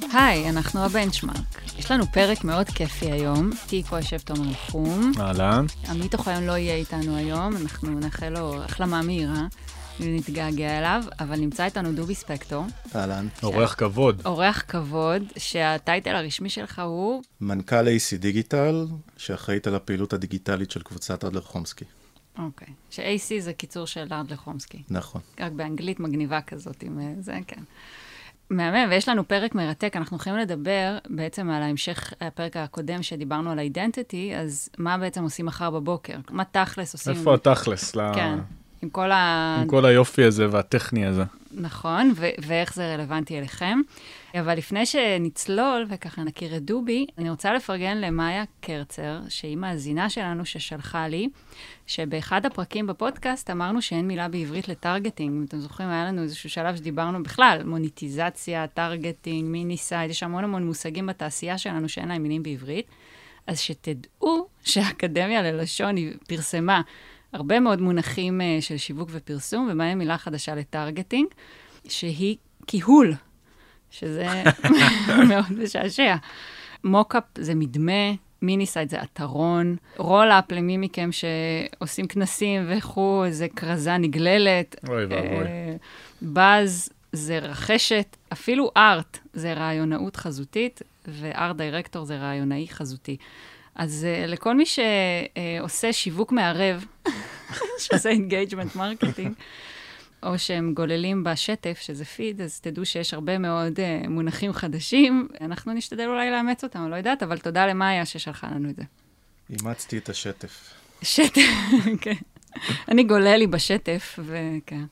היי, אנחנו הבנצ'מרק. יש לנו פרק מאוד כיפי היום. איתי פה יושב תומר נחום. אהלן. עמית אוחיון לא יהיה איתנו היום, אנחנו נאחל לו החלמה מהירה, נתגעגע אליו, אבל נמצא איתנו דובי ספקטור. אהלן. אורח כבוד. אורח כבוד, שהטייטל הרשמי שלך הוא... מנכ"ל AC דיגיטל, שאחראית על הפעילות הדיגיטלית של קבוצת אדלר חומסקי. אוקיי. ש-AC זה קיצור של אדלר חומסקי. נכון. רק באנגלית מגניבה כזאת עם זה, כן. מהמם, ויש לנו פרק מרתק, אנחנו הולכים לדבר בעצם על ההמשך, הפרק הקודם שדיברנו על אידנטיטי, אז מה בעצם עושים מחר בבוקר? מה תכלס עושים? איפה התכלס? כן, עם כל היופי הזה והטכני הזה. נכון, ואיך זה רלוונטי אליכם. אבל לפני שנצלול וככה נכיר את דובי, אני רוצה לפרגן למאיה קרצר, שהיא מאזינה שלנו ששלחה לי, שבאחד הפרקים בפודקאסט אמרנו שאין מילה בעברית לטרגטינג. אם אתם זוכרים, היה לנו איזשהו שלב שדיברנו בכלל, מוניטיזציה, טרגטינג, מיני-סייד, יש המון מושגים בתעשייה שלנו שאין להם מילים בעברית. אז שתדעו שהאקדמיה ללשון היא פרסמה הרבה מאוד מונחים של שיווק ופרסום, ובהם מילה חדשה לטרגטינג, שהיא קיהול, שזה מאוד משעשע. מוקאפ זה מדמה, מיני-סייד זה אתרון, רול-אפ למי מכם שעושים כנסים וכו', זה קרזה נגללת. אוי ואבוי. באז זה רחשת, אפילו ארט זה רעיונאות חזותית, וארט דירקטור זה רעיונאי חזותי. אז לכל מי שעושה שיווק מערב, שעושה אינגייג'מנט מרקטינג, או שהם גוללים בשטף, שזה פיד, אז תדעו שיש הרבה מאוד מונחים חדשים. אנחנו נשתדל אולי לאמץ אותם, אני לא יודעת, אבל תודה למאיה ששלחה לנו את זה. אימצתי את השטף. שטף, כן. אני גולל לי בשטף, וכן.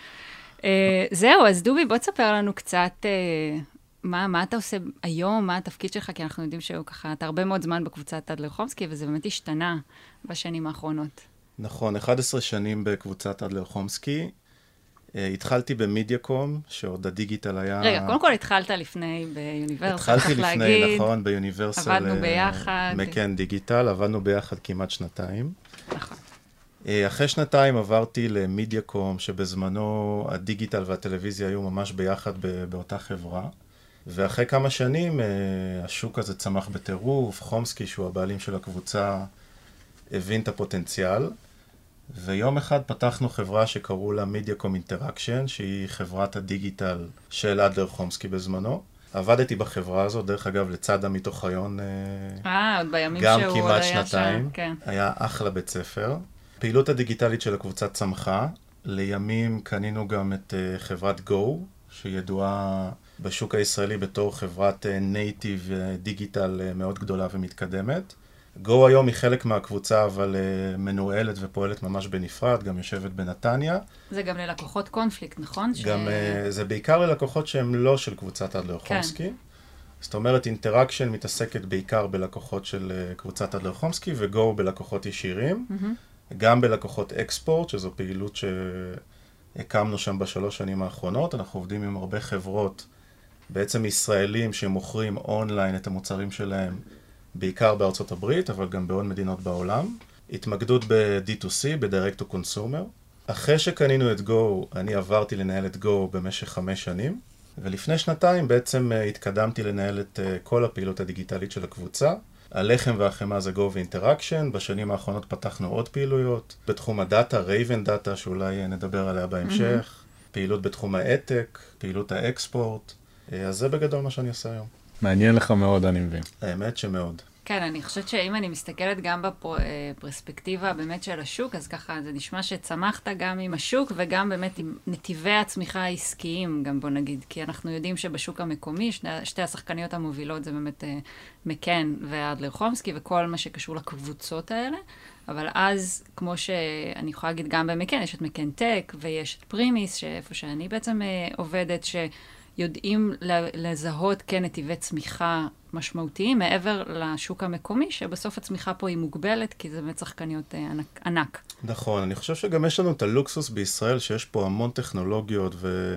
זהו, אז דובי, בוא תספר לנו קצת מה אתה עושה היום, מה התפקיד שלך, כי אנחנו יודעים שהוא ככה, אתה הרבה מאוד זמן בקבוצת אדלר חומסקי, וזה באמת השתנה בשנים האחרונות. נכון, 11 שנים בקבוצת אדלר חומסקי. התחלתי במדיאקום, שעוד הדיגיטל היה... רגע, קודם כל התחלת לפני ביוניברסל, התחלתי לפני, נכון, ביוניברסל. עבדנו ביחד. מקן דיגיטל, עבדנו ביחד כמעט שנתיים. נכון. אחרי שנתיים עברתי למדיאקום, שבזמנו הדיגיטל והטלוויזיה היו ממש ביחד באותה חברה. ואחרי כמה שנים השוק הזה צמח בטירוף, חומסקי, שהוא הבעלים של הקבוצה, הבין את הפוטנציאל. ויום אחד פתחנו חברה שקראו לה מידיאקום אינטראקשן, שהיא חברת הדיגיטל של אדלר חומסקי בזמנו. עבדתי בחברה הזו, דרך אגב, לצד עמית אוחיון. עוד בימים גם שהוא כמעט היה שנתיים. שם, כן. היה אחלה בית ספר. פעילות הדיגיטלית של הקבוצה צמחה. לימים קנינו גם את חברת גו, שידועה בשוק הישראלי בתור חברת נייטיב דיגיטל מאוד גדולה ומתקדמת. גו היום היא חלק מהקבוצה, אבל מנוהלת ופועלת ממש בנפרד, גם יושבת בנתניה. זה גם ללקוחות קונפליקט, נכון? גם זה בעיקר ללקוחות שהם לא של קבוצת אדלר חומסקי. זאת אומרת, אינטראקשן מתעסקת בעיקר בלקוחות של קבוצת אדלר חומסקי, וגו בלקוחות ישירים. גם בלקוחות אקספורט, שזו פעילות שהקמנו שם בשלוש שנים האחרונות. אנחנו עובדים עם הרבה חברות, בעצם ישראלים שמוכרים אונליין את המוצרים שלהם, בעיקר בארצות הברית, אבל גם בעוד מדינות בעולם. התמקדות ב-D2C, ב-Direct to Consumer. אחרי שקנינו את גו, אני עברתי לנהל את גו במשך 5 שנים, ולפני שנתיים בעצם התקדמתי לנהל את כל הפעילות הדיגיטלית של הקבוצה. הלחם והחמה זה גו ואינטראקשן. בשנים האחרונות פתחנו עוד פעילויות. בתחום הדאטה, רייבן דאטה, שאולי נדבר עליה בהמשך. פעילות בתחום האתק, פעילות האקספורט. אז זה בגדול מה שאני עושה היום. מעניין לך מאוד, אני מבין. האמת שמאוד. כן, אני חושבת שאם אני מסתכלת גם בפרספקטיבה באמת של השוק, אז ככה זה נשמע שצמחת גם עם השוק וגם באמת עם נתיבי הצמיחה העסקיים, גם בוא נגיד, כי אנחנו יודעים שבשוק המקומי, שתי השחקניות המובילות זה באמת מקן ואדלר חומסקי וכל מה שקשור לקבוצות האלה, אבל אז, כמו שאני יכולה להגיד גם במקן, יש את מקן טק ויש את פרימיס, שאיפה שאני בעצם עובדת, שיודעים לזהות כנתיבי צמיחה משמעותיים מעבר לשוק המקומי, שבסוף הצמיחה פה היא מוגבלת, כי זה באמת שחקניות ענק. נכון, אני חושב שגם יש לנו את הלוקסוס בישראל, שיש פה המון טכנולוגיות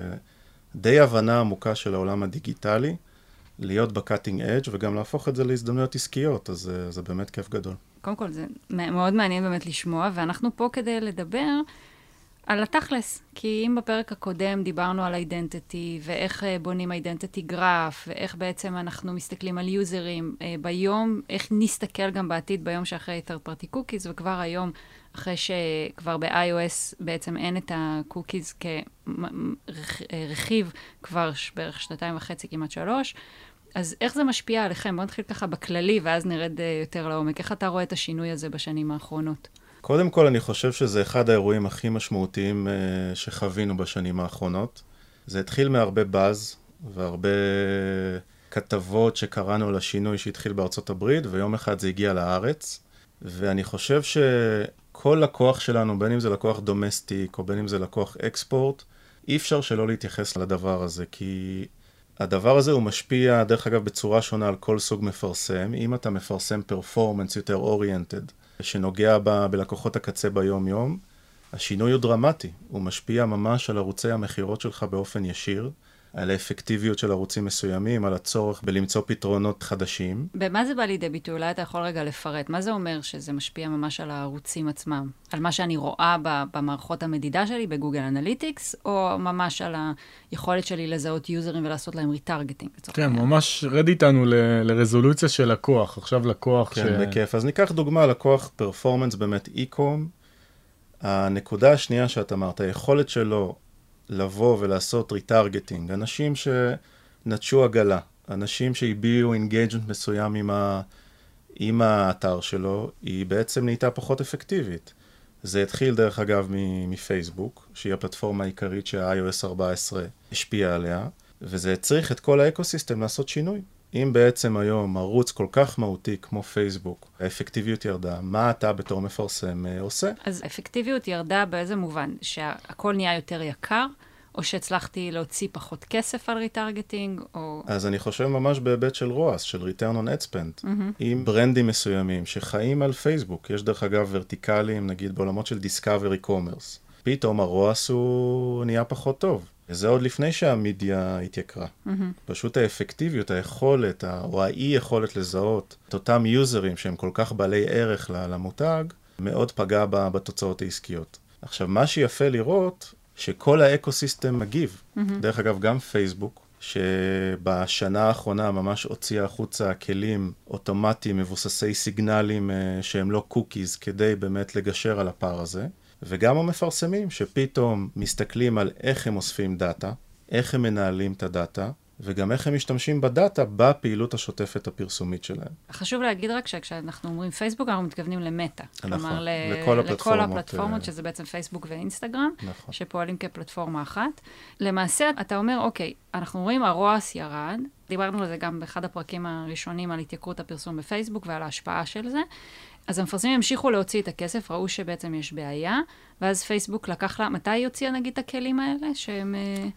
ודי הבנה עמוקה של העולם הדיגיטלי, להיות בקאטינג אדג' וגם להפוך את זה להזדמנויות עסקיות, אז זה באמת כיף גדול. קודם כל, זה מאוד מעניין באמת לשמוע, ואנחנו פה כדי לדבר על התכלס, כי אם בפרק הקודם דיברנו על אידנטיטי, ואיך בונים אידנטיטי גרף, ואיך בעצם אנחנו מסתכלים על יוזרים ביום, איך נסתכל גם בעתיד ביום שאחרי third party cookies, וכבר היום, אחרי שכבר ב-iOS בעצם אין את ה-cookies כרכיב, כבר בערך 2.5, כמעט 3, אז איך זה משפיע עליכם? בואו נתחיל ככה בכללי, ואז נרד יותר לעומק. איך אתה רואה את השינוי הזה בשנים האחרונות? קודם כל, אני חושב שזה אחד האירועים הכי משמעותיים שחווינו בשנים האחרונות. זה התחיל מהרבה באז והרבה כתבות שקראנו על השינוי שהתחיל בארצות הברית, ויום אחד זה הגיע לארץ. ואני חושב שכל לקוח שלנו, בין אם זה לקוח דומסטיק או בין אם זה לקוח אקספורט, אי אפשר שלא להתייחס לדבר הזה, כי הדבר הזה הוא משפיע, דרך אגב, בצורה שונה על כל סוג מפרסם. אם אתה מפרסם פרפורמנס יותר אוריינטד, שנוגע בלקוחות הקצה ביום-יום, השינוי הוא דרמטי. הוא משפיע ממש על ערוצי המחירות שלך באופן ישיר, על האפקטיביות של ערוצים מסוימים, על הצורך בלמצוא פתרונות חדשים. במה זה בא לידי ביטוי? אולי אתה יכול רגע לפרט. מה זה אומר שזה משפיע ממש על הערוצים עצמם? על מה שאני רואה במערכות המדידה שלי, בגוגל אנליטיקס, או ממש על היכולת שלי לזהות יוזרים ולעשות להם ריטרגטינג? כן, ממש רד איתנו לרזולוציה של לקוח. עכשיו לקוח כן, בכיף. אז ניקח דוגמה, לקוח פרפורמנס באמת אי-קום. הנקודה השנייה שאת אמרת, היכולת שלו לבוא ולעשות ריטרגטינג, אנשים שנטשו עגלה, אנשים שהביעו אינגייג'מנט מסוים עם האתר שלו, היא בעצם נהייתה פחות אפקטיבית. זה התחיל דרך אגב מפייסבוק, שהיא הפלטפורמה העיקרית שה-iOS 14 השפיעה עליה, וזה הצריך את כל האקוסיסטם לעשות שינוי. אם בעצם היום ערוץ כל כך מהותי כמו פייסבוק, האפקטיביות ירדה, מה אתה בתור מפרסם עושה? אז האפקטיביות ירדה באיזה מובן? שהכל נהיה יותר יקר, או שהצלחתי להוציא פחות כסף על ריטרגטינג, או... אז אני חושב ממש בהיבט של ROAS, של Return on Ad Spend, עם ברנדים מסוימים שחיים על פייסבוק. יש דרך אגב ורטיקלים, נגיד בעולמות של Discovery Commerce. פתאום ה-ROAS הוא נהיה פחות טוב. זה עוד לפני שהמידיה התייקרה. פשוט האפקטיביות, היכולת, או האי-יכולת לזהות את אותם יוזרים שהם כל כך בעלי ערך למותג, מאוד פגע בתוצאות העסקיות. עכשיו, מה שיפה לראות, שכל האקוסיסטם מגיב. דרך אגב, גם פייסבוק, שבשנה האחרונה ממש הוציאה החוצה כלים אוטומטיים, מבוססי סיגנלים שהם לא קוקיז, כדי באמת לגשר על הפער הזה. וגם המפרסמים שפתאום מסתכלים על איך הם אוספים דאטה, איך הם מנהלים את הדאטה, וגם איך הם משתמשים בדאטה בפעילות השוטפת הפרסומית שלהם. חשוב להגיד רק שכשאנחנו אומרים פייסבוק, אנחנו מתכוונים למטה. נכון, כלומר, לכל הפלטפורמות, שזה בעצם פייסבוק ואינסטגרם, נכון. שפועלים כפלטפורמה אחת. למעשה, אתה אומר, אוקיי, אנחנו רואים, הרועס ירד, דיברנו על זה גם באחד הפרקים הראשונים על התייקרות הפרסום בפייסבוק ועל ההשפעה של זה. אז המפרסמים המשיכו להוציא את הכסף, ראו שבעצם יש בעיה, ואז פייסבוק לקח לה, מתי היא הוציאה נגיד את הכלים האלה, שהם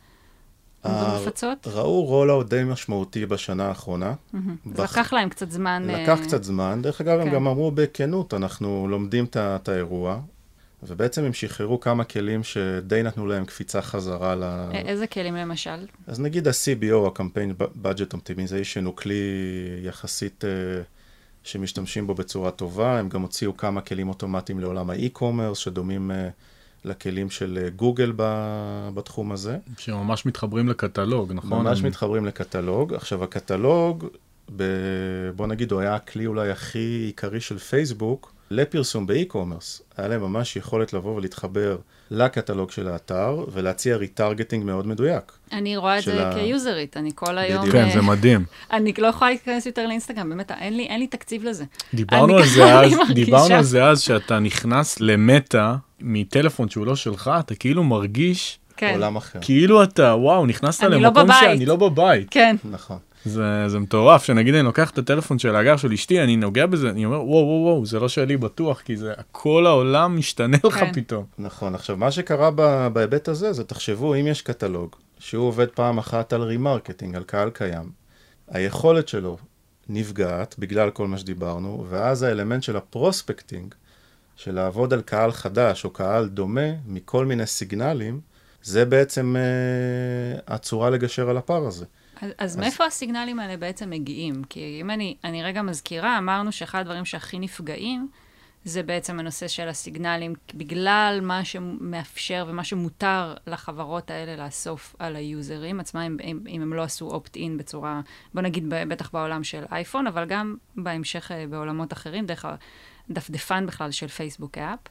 במפצות? ראו רולאוט די משמעותי בשנה האחרונה. לקח להם קצת זמן. לקח קצת זמן, דרך אגב הם גם אמרו בכנות, אנחנו לומדים את האירוע, ובעצם הם שחררו כמה כלים שדי נתנו להם קפיצה חזרה איזה כלים למשל? אז נגיד ה-CBO, ה-Campaign Budget Optimization, הוא כלי יחסית שמשתמשים בו בצורה טובה. הם גם הוציאו כמה כלים אוטומטיים לעולם האי-קומרס, שדומים לכלים של גוגל בתחום הזה. שממש מתחברים לקטלוג, נכון? ממש מתחברים לקטלוג. עכשיו, הקטלוג, בוא נגיד, הוא היה הכלי אולי הכי עיקרי של פייסבוק, לפרסום באי-קומרס. היה להם ממש יכולת לבוא ולהתחבר לקטלוג של האתר, ולהציע ריטרגטינג מאוד מדויק. אני רואה את זה כיוזרית, אני כל היום... כן, זה מדהים. אני לא יכולה להתכנס יותר לאינסטגרם, באמת, אין לי תקציב לזה. דיברנו על זה אז, שאתה נכנס למטה מטלפון שהוא לא שלך, אתה כאילו מרגיש... עולם אחר. כאילו אתה, וואו, נכנסת למקום שאני לא בבית. כן. נכון. זה מטורף, שנגיד אני לוקח את הטלפון של האגר של אשתי, אני נוגע בזה, אני אומר, וואו, זה לא שלי בטוח, כי זה, כל העולם משתנה לך פתאום. נכון, עכשיו, מה שקרה בהיבט הזה, זה תחשבו, אם יש קטלוג, שהוא עובד פעם אחת על רימרקטינג, על קהל קיים, היכולת שלו נפגעת, בגלל כל מה שדיברנו, ואז האלמנט של הפרוספקטינג, של לעבוד על קהל חדש, או קהל דומה, מכל מיני סיגנלים, זה בעצם הצורה לגשר על הפער הזה. אז מאיפה הסיגנלים האלה בעצם מגיעים? כי אם אני רגע מזכירה, אמרנו שאחד הדברים שהכי נפגעים, זה בעצם הנושא של הסיגנלים, בגלל מה שמאפשר ומה שמותר לחברות האלה לאסוף על היוזרים עצמם, אם הם לא עשו opt-in בצורה, בוא נגיד בטח בעולם של אייפון, אבל גם בהמשך בעולמות אחרים, דרך הדפדפן בכלל של פייסבוק אפ.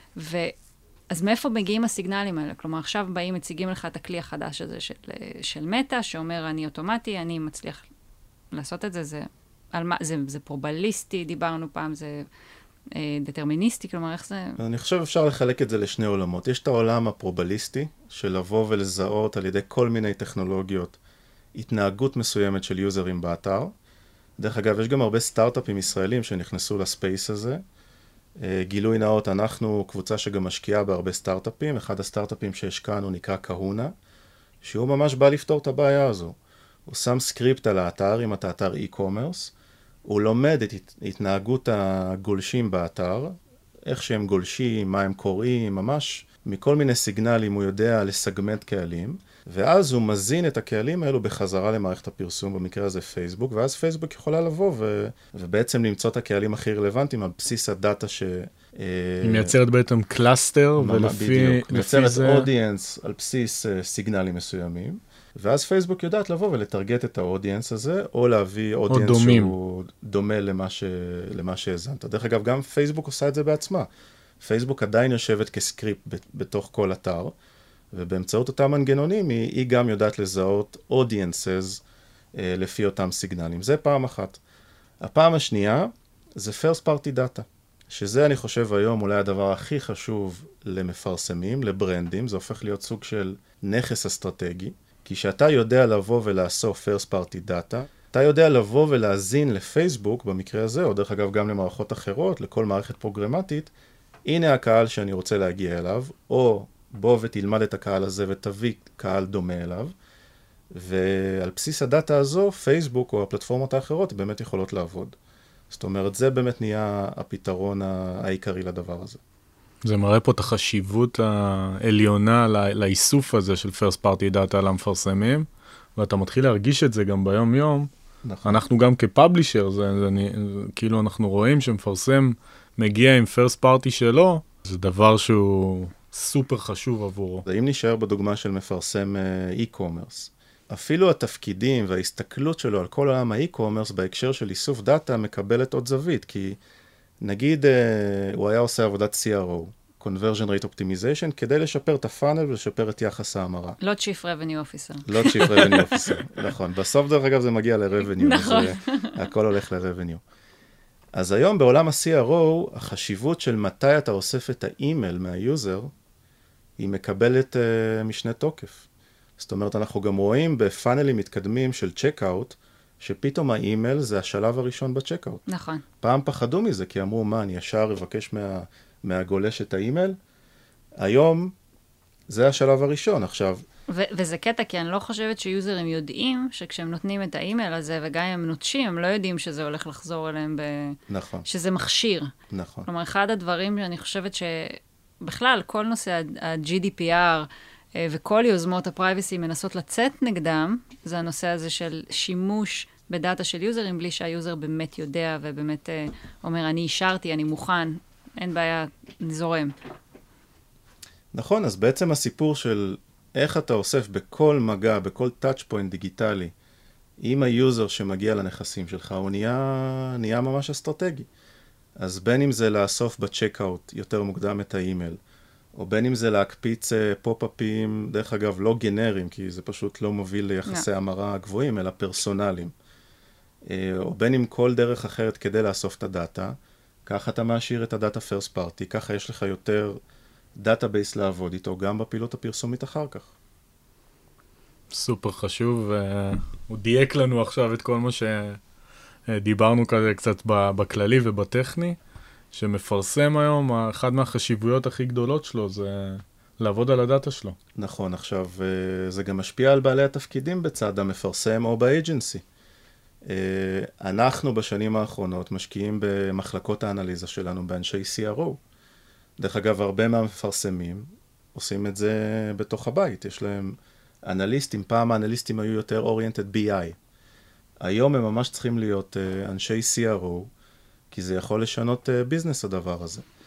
אז מאיפה מגיעים הסיגנלים האלה? כלומר, עכשיו באים, מציגים לך את הכלי החדש הזה של מטא, שאומר, אני אוטומטי, אני מצליח לעשות את זה, זה פרובליסטי, דיברנו פעם, זה דטרמיניסטי, כלומר, איך זה... אני חושב אפשר לחלק את זה לשני עולמות. יש את העולם הפרובליסטי, של לבוא ולזהות על ידי כל מיני טכנולוגיות, התנהגות מסוימת של יוזרים באתר. דרך אגב, יש גם הרבה סטארט-אפים ישראלים שנכנסו לספייס הזה. גילוי נאות, אנחנו קבוצה שגם משקיעה בהרבה סטארט-אפים. אחד הסטארט-אפים שהשקענו נקרא קהונה, שהוא ממש בא לפתור את הבעיה הזו. הוא שם סקריפט על האתר, אם אתה אתר e-commerce, הוא לומד את התנהגות הגולשים באתר, איך שהם גולשים, מה הם קוראים, ממש מכל מיני סיגנלים הוא יודע לסגמנט קהלים, ואז הוא מזין את הקהלים האלו בחזרה למערכת הפרסום, במקרה הזה פייסבוק, ואז פייסבוק יכולה לבוא ובעצם למצוא את הקהלים הכי רלוונטיים על בסיס הדאטה היא מייצרת בעצם קלאסטר, ולפי מייצרת אודיאנס על בסיס סיגנלים מסוימים, ואז פייסבוק יודעת לבוא ולטרגט את האודיאנס הזה, או להביא אודיאנס שהוא דומה למה שהזנת. דרך אגב, גם פייסבוק עושה את זה בעצמה. פייסבוק עדיין יושבת כסקריפט בתוך כל אתר, ובאמצעות אותם מנגנונים היא גם יודעת לזהות audiences לפי אותם סיגנלים. זה פעם אחת. הפעם השנייה זה first party data, שזה אני חושב היום אולי הדבר הכי חשוב למפרסמים, לברנדים, זה הופך להיות סוג של נכס אסטרטגי, כי שאתה יודע לבוא ולאסוף first party data, אתה יודע לבוא ולהזין לפייסבוק במקרה הזה, או דרך אגב גם למערכות אחרות, לכל מערכת פרוגרמטית, הנה הקהל שאני רוצה להגיע אליו, או בוא ותלמד את הקהל הזה ותביא קהל דומה אליו, ועל בסיס הדאטה הזו, פייסבוק או הפלטפורמות האחרות באמת יכולות לעבוד. זאת אומרת, זה באמת נהיה הפתרון העיקרי לדבר הזה. זה מראה פה את החשיבות העליונה לאיסוף הזה של first party data למפרסמים, ואתה מתחיל להרגיש את זה גם ביום יום. נכון. אנחנו גם כפאבלישר, כאילו אנחנו רואים שמפרסם מגיע עם first party שלו, זה דבר שהוא סופר חשוב עבורו. אם נשאר בדוגמה של מפרסם e-commerce, אפילו התפקידים וההסתכלות שלו על כל עולם ה-e-commerce בהקשר של איסוף דאטה מקבלת עוד זווית, כי נגיד הוא היה עושה עבודת CRO, Conversion Rate Optimization, כדי לשפר את הפאנל ולשפר את יחס ההמרה. לא Chief Revenue Officer. לא Chief Revenue Officer, נכון. בסוף דרך אגב זה מגיע ל-Revenue. נכון. הכל הולך ל-Revenue. אז היום בעולם ה-CRO, החשיבות של מתי אתה אוסף את האימייל מהיוזר, היא מקבלת משנה תוקף. זאת אומרת, אנחנו גם רואים בפאנלים מתקדמים של צ'קאוט, שפתאום האימייל זה השלב הראשון בצ'קאוט. נכון. פעם פחדו מזה, כי אמרו, מה, אני ישר אבקש מהגולש את האימייל? היום זה השלב הראשון. עכשיו... וזה קטע, כי אני לא חושבת שיוזרים יודעים שכשהם נותנים את האימייל הזה, וגם אם הם נוטשים, הם לא יודעים שזה הולך לחזור אליהם נכון. שזה מכשיר. נכון. כלומר, אחד הדברים שאני חושבת שבכלל, כל נושא ה-GDPR וכל יוזמות הפרייבסי מנסות לצאת נגדם, זה הנושא הזה של שימוש בדאטה של יוזרים, בלי שהיוזר באמת יודע ובאמת אומר, אני אישרתי, אני מוכן, אין בעיה, אני זורם. נכון, אז בעצם הסיפור של איך אתה אוסף בכל מגע, בכל טאץ' פוינט דיגיטלי, עם היוזר שמגיע לנכסים שלך, הוא נהיה ממש אסטרטגי. אז בין אם זה לאסוף בצ'קאוט יותר מוקדם את האימייל, או בין אם זה להקפיץ פופ-אפים, דרך אגב, לא גנרים, כי זה פשוט לא מוביל ליחסי המרה גבוהים, אלא פרסונליים. או בין אם כל דרך אחרת כדי לאסוף את הדאטה, ככה אתה מאשיר את הדאטה first party, ככה יש לך יותר דאטאבייס לעבוד איתו, גם בפעילות הפרסומית אחר כך. סופר חשוב, הוא דייק לנו עכשיו את כל מה שדיברנו כזה קצת בכללי ובטכני, שמפרסם היום, אחד מהחשיבויות הכי גדולות שלו זה לעבוד על הדאטה שלו. נכון, עכשיו זה גם משפיע על בעלי התפקידים בצד המפרסם או באג'נסי. אנחנו בשנים האחרונות משקיעים במחלקות האנליזה שלנו באנשי CRO. דרך אגב, הרבה מהמפרסמים עושים את זה בתוך הבית. יש להם אנליסטים, פעם האנליסטים היו יותר oriented BI. היום הם ממש צריכים להיות אנשי CRO, כי זה יכול לשנות ביזנס הדבר הזה.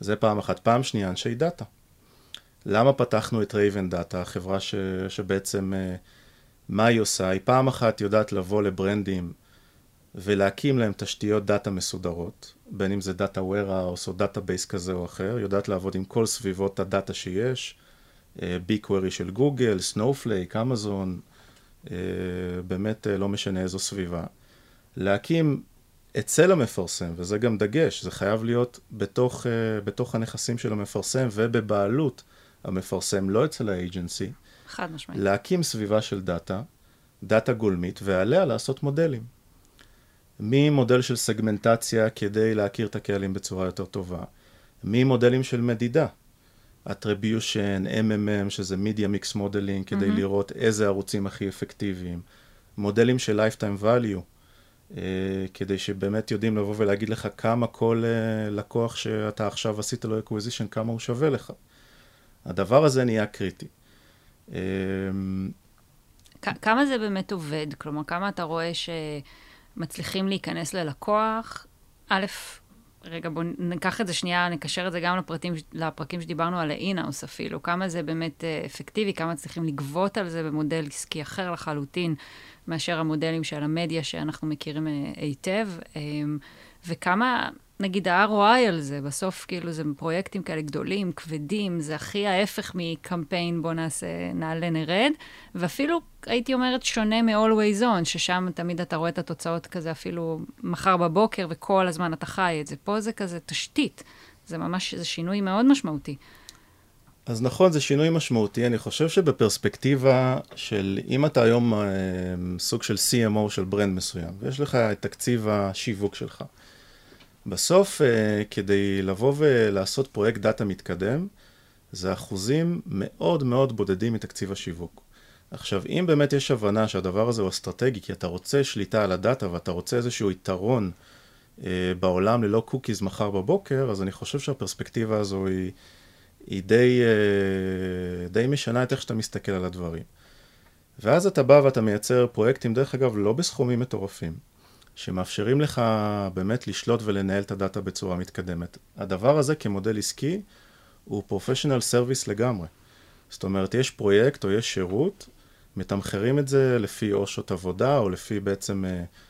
זה פעם אחת. פעם שנייה, אנשי דאטה. למה פתחנו את רייבן דאטה, החברה שבעצם, מה היא עושה? היא פעם אחת יודעת לבוא לברנדים ולהקים להם תשתיות דאטה מסודרות, בין אם זה דאטה warehouse או דאטאבייס כזה או אחר, יודעת לעבוד עם כל סביבות הדאטה שיש, BigQuery של גוגל, Snowflake, אמזון, באמת לא משנה איזו סביבה. להקים אצל המפרסם, וזה גם דגש, זה חייב להיות בתוך הנכסים של המפרסם ובבעלות המפרסם, לא אצל האג'נסי. חד משמעית. להקים סביבה של דאטה גולמית, ועליה לעשות מודלים. ממודל של סגמנטציה כדי להכיר את הקהלים בצורה יותר טובה. ממודלים של מדידה. attribution, MMM, שזה media mix modeling, כדי לראות איזה ערוצים הכי אפקטיביים. מודלים של lifetime value, כדי שבאמת יודעים לבוא ולהגיד לך כמה כל לקוח שאתה עכשיו עשית לו acquisition, כמה הוא שווה לך. הדבר הזה נהיה קריטי. כמה זה באמת עובד? כלומר, כמה אתה רואה שמצליחים להיכנס ללקוח? א', רגע, בואו ניקח את זה שנייה, נקשר את זה גם לפרקים שדיברנו על ה-in-house אפילו. כמה זה באמת אפקטיבי, כמה צריכים לגבות על זה במודל עסקי אחר לחלוטין, מאשר המודלים של המדיה שאנחנו מכירים היטב, וכמה, נגיד, ה-ROI על זה, בסוף כאילו זה פרויקטים כאלה גדולים, כבדים, זה הכי ההפך מקמפיין, בוא נעלה נרד, ואפילו הייתי אומרת שונה מ-always on, ששם תמיד אתה רואה את התוצאות כזה אפילו מחר בבוקר, וכל הזמן אתה חי את זה. פה זה כזה תשתית, זה ממש, זה שינוי מאוד משמעותי. אז נכון, זה שינוי משמעותי. אני חושב שבפרספקטיבה של, אם אתה היום סוג של CMO של ברנד מסוים, ויש לך את תקציב השיווק שלך, בסוף, כדי לבוא ולעשות פרויקט דאטה מתקדם, זה אחוזים מאוד מאוד בודדים מתקציב השיווק. עכשיו, אם באמת יש הבנה שהדבר הזה הוא אסטרטגי, כי אתה רוצה שליטה על הדאטה, ואתה רוצה איזשהו יתרון בעולם ללא קוקיז מחר בבוקר, אז אני חושב שהפרספקטיבה הזו היא די משנה את איך שאתה מסתכל על הדברים. ואז אתה בא ואתה מייצר פרויקטים, דרך אגב, לא בסכומים מטורפים, שמאפשרים לך באמת לשלוט ולנהל את הדאטה בצורה מתקדמת. הדבר הזה כמודל עסקי הוא פרופשיונל סרוויס לגמרי. זאת אומרת, יש פרויקט או יש שירות, מתמחרים את זה לפי או שעות עבודה, או לפי בעצם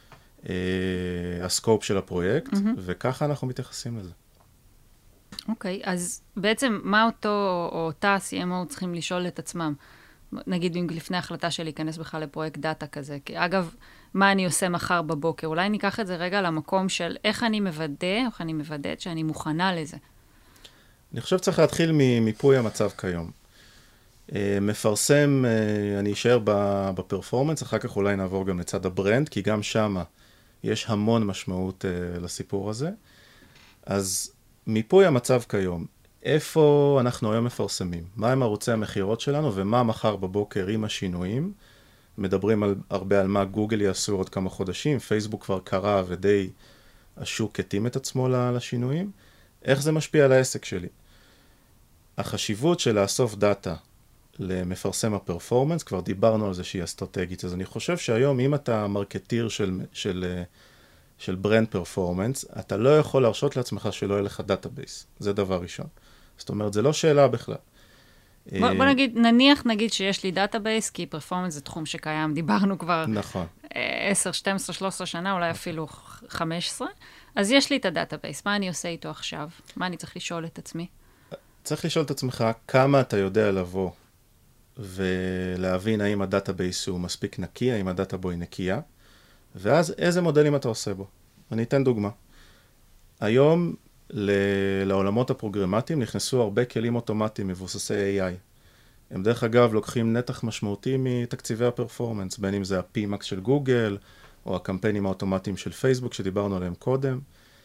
הסקופ של הפרויקט, וככה אנחנו מתייחסים לזה. אוקיי, אז בעצם מה אותו או אותה CMO צריכים לשאול את עצמם? נגיד לפני ההחלטה שלי להיכנס בכלל לפרויקט דאטה כזה. כי אגב, מה אני עושה מחר בבוקר? אולי ניקח את זה רגע למקום של איך אני מוודא, איך אני מוודאת שאני מוכנה לזה. אני חושב שצריך להתחיל ממיפוי המצב כיום. מפרסם, אני אשאר בפרפורמנס, אחר כך אולי נעבור גם לצד הברנד, כי גם שם יש המון משמעות לסיפור הזה. אז מיפוי המצב כיום, איפה אנחנו היום מפרסמים? מה הם ערוצי המחירות שלנו ומה מחר בבוקר עם השינויים? מדברים הרבה על מה גוגל יעשו עוד כמה חודשים, פייסבוק כבר קרה ודי השוק התאים את עצמו לשינויים. איך זה משפיע על העסק שלי? החשיבות של לאסוף דאטה למפרסם הפרפורמנס, כבר דיברנו על זה שהיא אסטרטגית, אז אני חושב שהיום אם אתה מרקטיר של ברנד פרפורמנס, אתה לא יכול להרשות לעצמך שלא יהיה לך דאטאבייס. זה דבר ראשון. זאת אומרת, זה לא שאלה בכלל. בוא נגיד שיש לי דאטאבייס, כי פרפורמנס זה תחום שקיים, דיברנו כבר נכון. 10, 12, 13 שנה, אולי אפילו 15, אז יש לי את הדאטאבייס, מה אני עושה איתו עכשיו? מה אני צריך לשאול את עצמי? צריך לשאול את עצמך כמה אתה יודע לבוא ולהבין האם הדאטאבייס הוא מספיק נקי, האם הדאטה בו היא נקייה, ואז איזה מודלים אתה עושה בו. אני אתן דוגמה. היום לעולמות הפרוגרמטיים נכנסו הרבה כלים אוטומטיים מבוססי AI. הם דרך אגב לוקחים נתח משמעותי מתקציבי הפרפורמנס, בין אם זה ה-PMAX של גוגל, או הקמפיינים האוטומטיים של פייסבוק שדיברנו עליהם קודם.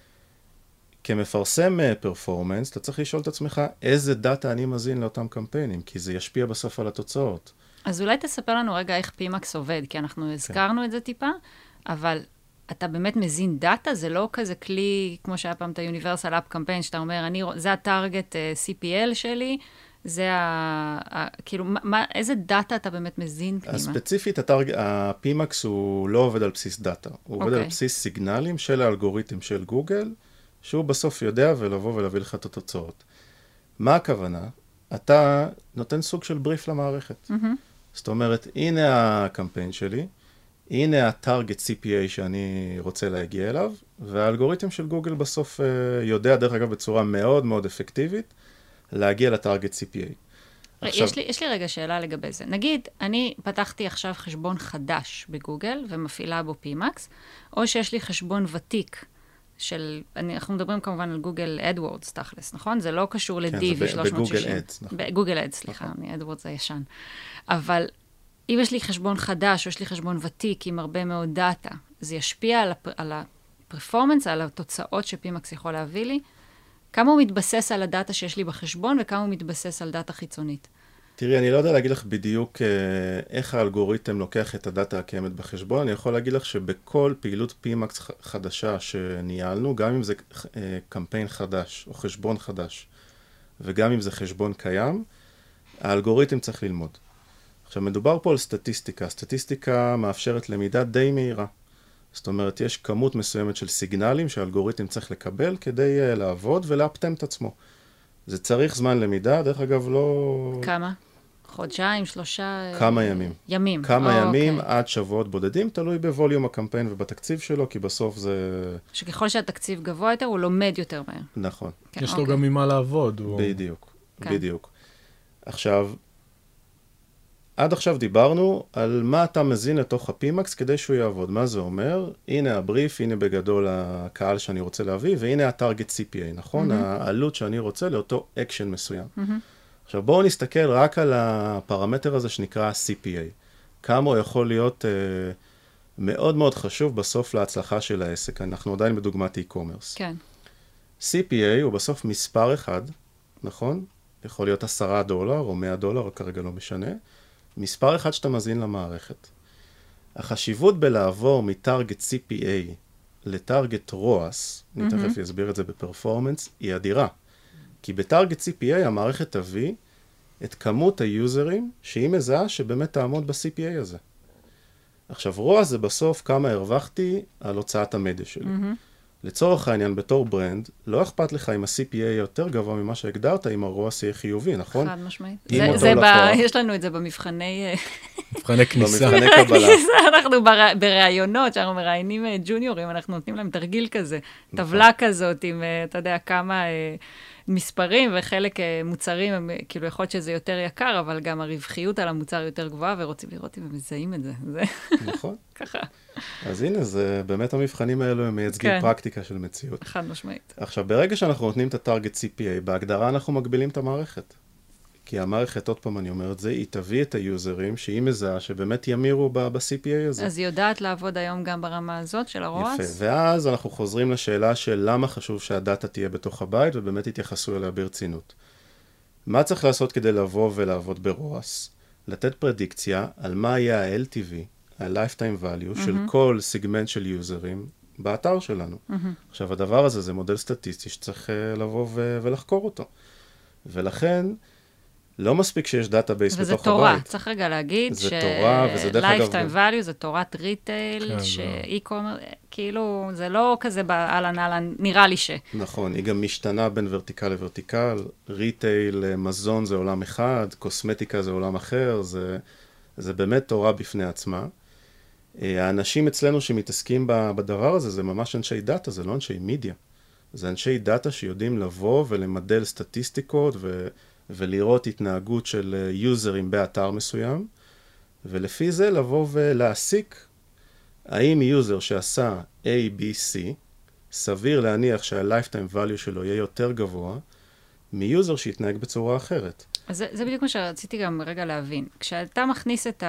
כמפרסם פרפורמנס, אתה צריך לשאול את עצמך איזה דאטה אני מזין לאותם קמפיינים, כי זה ישפיע בסוף על התוצאות. אז אולי תספר לנו רגע איך PMAX עובד, כי אנחנו הזכרנו את זה טיפה, אבל אתה באמת מזין דאטה, זה לא כזה כלי, כמו שהיה פעם את ה-Universal App Campaign, שאתה אומר, זה הטארגט CPL שלי, זה כאילו, איזה דאטה אתה באמת מזין פנימה? הספציפית, ה-PMAX הוא לא עובד על בסיס דאטה, הוא עובד על בסיס סיגנלים של האלגוריתם של גוגל, שהוא בסוף יודע ולבוא ולהביא לך את התוצאות. מה הכוונה? אתה נותן סוג של בריף למערכת. זאת אומרת, הנה הקמפיין שלי, הנה הטארגט CPA שאני רוצה להגיע אליו, והאלגוריתם של גוגל בסוף יודע, דרך אגב, בצורה מאוד מאוד אפקטיבית, להגיע לטארגט CPA. עכשיו... יש לי רגע שאלה לגבי זה. נגיד, אני פתחתי עכשיו חשבון חדש בגוגל, ומפעילה בו PMax, או שיש לי חשבון ותיק, אנחנו מדברים כמובן על גוגל אדוורדס, תכלס, נכון? זה לא קשור ל-DV 360. בגוגל אדס, נכון. בגוגל אדס, סליחה, אדוורדס זה ישן. אבל אם יש לי חשבון חדש, או יש לי חשבון ותיק עם הרבה מאוד דאטה, זה ישפיע על הפרפורמנס, על התוצאות שפימקס יכול להביא לי. כמה הוא מתבסס על הדאטה שיש לי בחשבון, וכמה הוא מתבסס על דאטה חיצונית? תראי, אני לא יודע להגיד לך בדיוק איך האלגוריתם לוקח את הדאטה הקיימת בחשבון. אני יכול להגיד לך שבכל פעילות PMax חדשה שניהלנו, גם אם זה קמפיין חדש או חשבון חדש, וגם אם זה חשבון קיים, האלגוריתם צריך ללמוד. עכשיו, מדובר פה על סטטיסטיקה. סטטיסטיקה מאפשרת למידה די מהירה. זאת אומרת, יש כמות מסוימת של סיגנלים שהאלגוריתם צריך לקבל כדי לעבוד ולאפטם את עצמו. זה צריך זמן למידה, דרך אגב לא... כמה? חודשיים, 3... כמה ימים. ימים. כמה ימים עד שבועות בודדים, תלוי בווליום הקמפיין ובתקציב שלו, כי בסוף זה... שככל שהתקציב גבוה יותר, הוא לומד יותר מהר. נכון. כן, יש לו גם ממה לעבוד. בדיוק, בדיוק. עכשיו, עד עכשיו דיברנו על מה אתה מזין לתוך ה-PMax כדי שהוא יעבוד. מה זה אומר? הנה הבריף, הנה בגדול הקהל שאני רוצה להביא, והנה הטארגט CPA, נכון? העלות שאני רוצה לאותו אקשן מסוים. עכשיו בואו נסתכל רק על הפרמטר הזה שנקרא CPA. כמה הוא יכול להיות מאוד מאוד חשוב בסוף להצלחה של העסק. אנחנו עדיין בדוגמת e-commerce. כן. CPA הוא בסוף מספר אחד, נכון? יכול להיות $10 או $100, כרגע לא משנה. מספר אחד שאתה מזין למערכת. החשיבות בלעבור מטארגט CPA לטארגט ROAS, אני תכף אסביר את זה בפרפורמנס, היא אדירה. כי בטארגט CPA המערכת תביא את כמות היוזרים שהיא מזהה שבאמת תעמוד ב-CPA הזה. עכשיו, ROAS זה בסוף כמה הרווחתי על הוצאת המדיה שלי. לצורך העניין, בתור ברנד, לא אכפת לך אם ה-CPA יותר גבוה ממה שהגדרת, אם ה-ROAS יהיה חיובי, נכון? חד משמעית. לקוח... יש לנו את זה במבחני... מבחני כניסה. במבחני קבלה. אנחנו בראיונות, שאנחנו מראיינים ג'וניורים, אנחנו נותנים להם תרגיל כזה, טבלה כזאת עם, אתה יודע, כמה מספרים וחלק מוצרים, כאילו יכול להיות שזה יותר יקר, אבל גם הרווחיות על המוצר יותר גבוהה, ורוצים לראות אם הם מזהים את זה. נכון. ככה. אז הנה, זה באמת המבחנים האלו הם מייצגים פרקטיקה של מציאות. חד משמעית. עכשיו, ברגע שאנחנו נותנים את הטארגט CPA, בהגדרה אנחנו מגבילים את המערכת. כי המערכת, עוד פעם אני אומר את זה, היא תביא את היוזרים שהיא מזהה שבאמת ימירו ב-CPA הזה. אז היא יודעת לעבוד היום גם ברמה הזאת של הרועס? יפה, ואז אנחנו חוזרים לשאלה של למה חשוב שהדאטה תהיה בתוך הבית, ובאמת יתייחסו אליה ברצינות. מה צריך לעשות כדי לבוא ולעבוד ברועס? לתת פרדיקציה על מה יהיה ה-LTV, ה-Lifetime Value של כל סיגמנט של יוזרים באתר שלנו. עכשיו, הדבר הזה זה מודל סטטיסטי שצריך לבוא ולחקור אותו. ולכן, לא מספיק שיש דאטאבייס בתוך הבית. וזה תורה, צריך רגע להגיד ש-Lifetime Value זה תורת ריטייל, ש-e-commerce, כאילו, זה לא כזה באלן, נראה לי ש... נכון, היא גם משתנה בין ורטיקל לוורטיקל, ריטייל, מזון זה עולם אחד, קוסמטיקה זה עולם אחר, זה באמת תורה בפני עצמה. האנשים אצלנו שמתעסקים בדבר הזה, זה ממש אנשי דאטה, זה לא אנשי מידיה. זה אנשי דאטה שיודעים לבוא ולמדל סטטיסטיקות ולראות התנהגות של יוזרים באתר מסוים, ולפי זה לבוא ולהסיק האם יוזר שעשה A, B, C, סביר להניח שה-Lifetime Value שלו יהיה יותר גבוה, מיוזר שיתנהג בצורה אחרת. אז זה בדיוק מה שרציתי גם רגע להבין. כשאתה מכניס את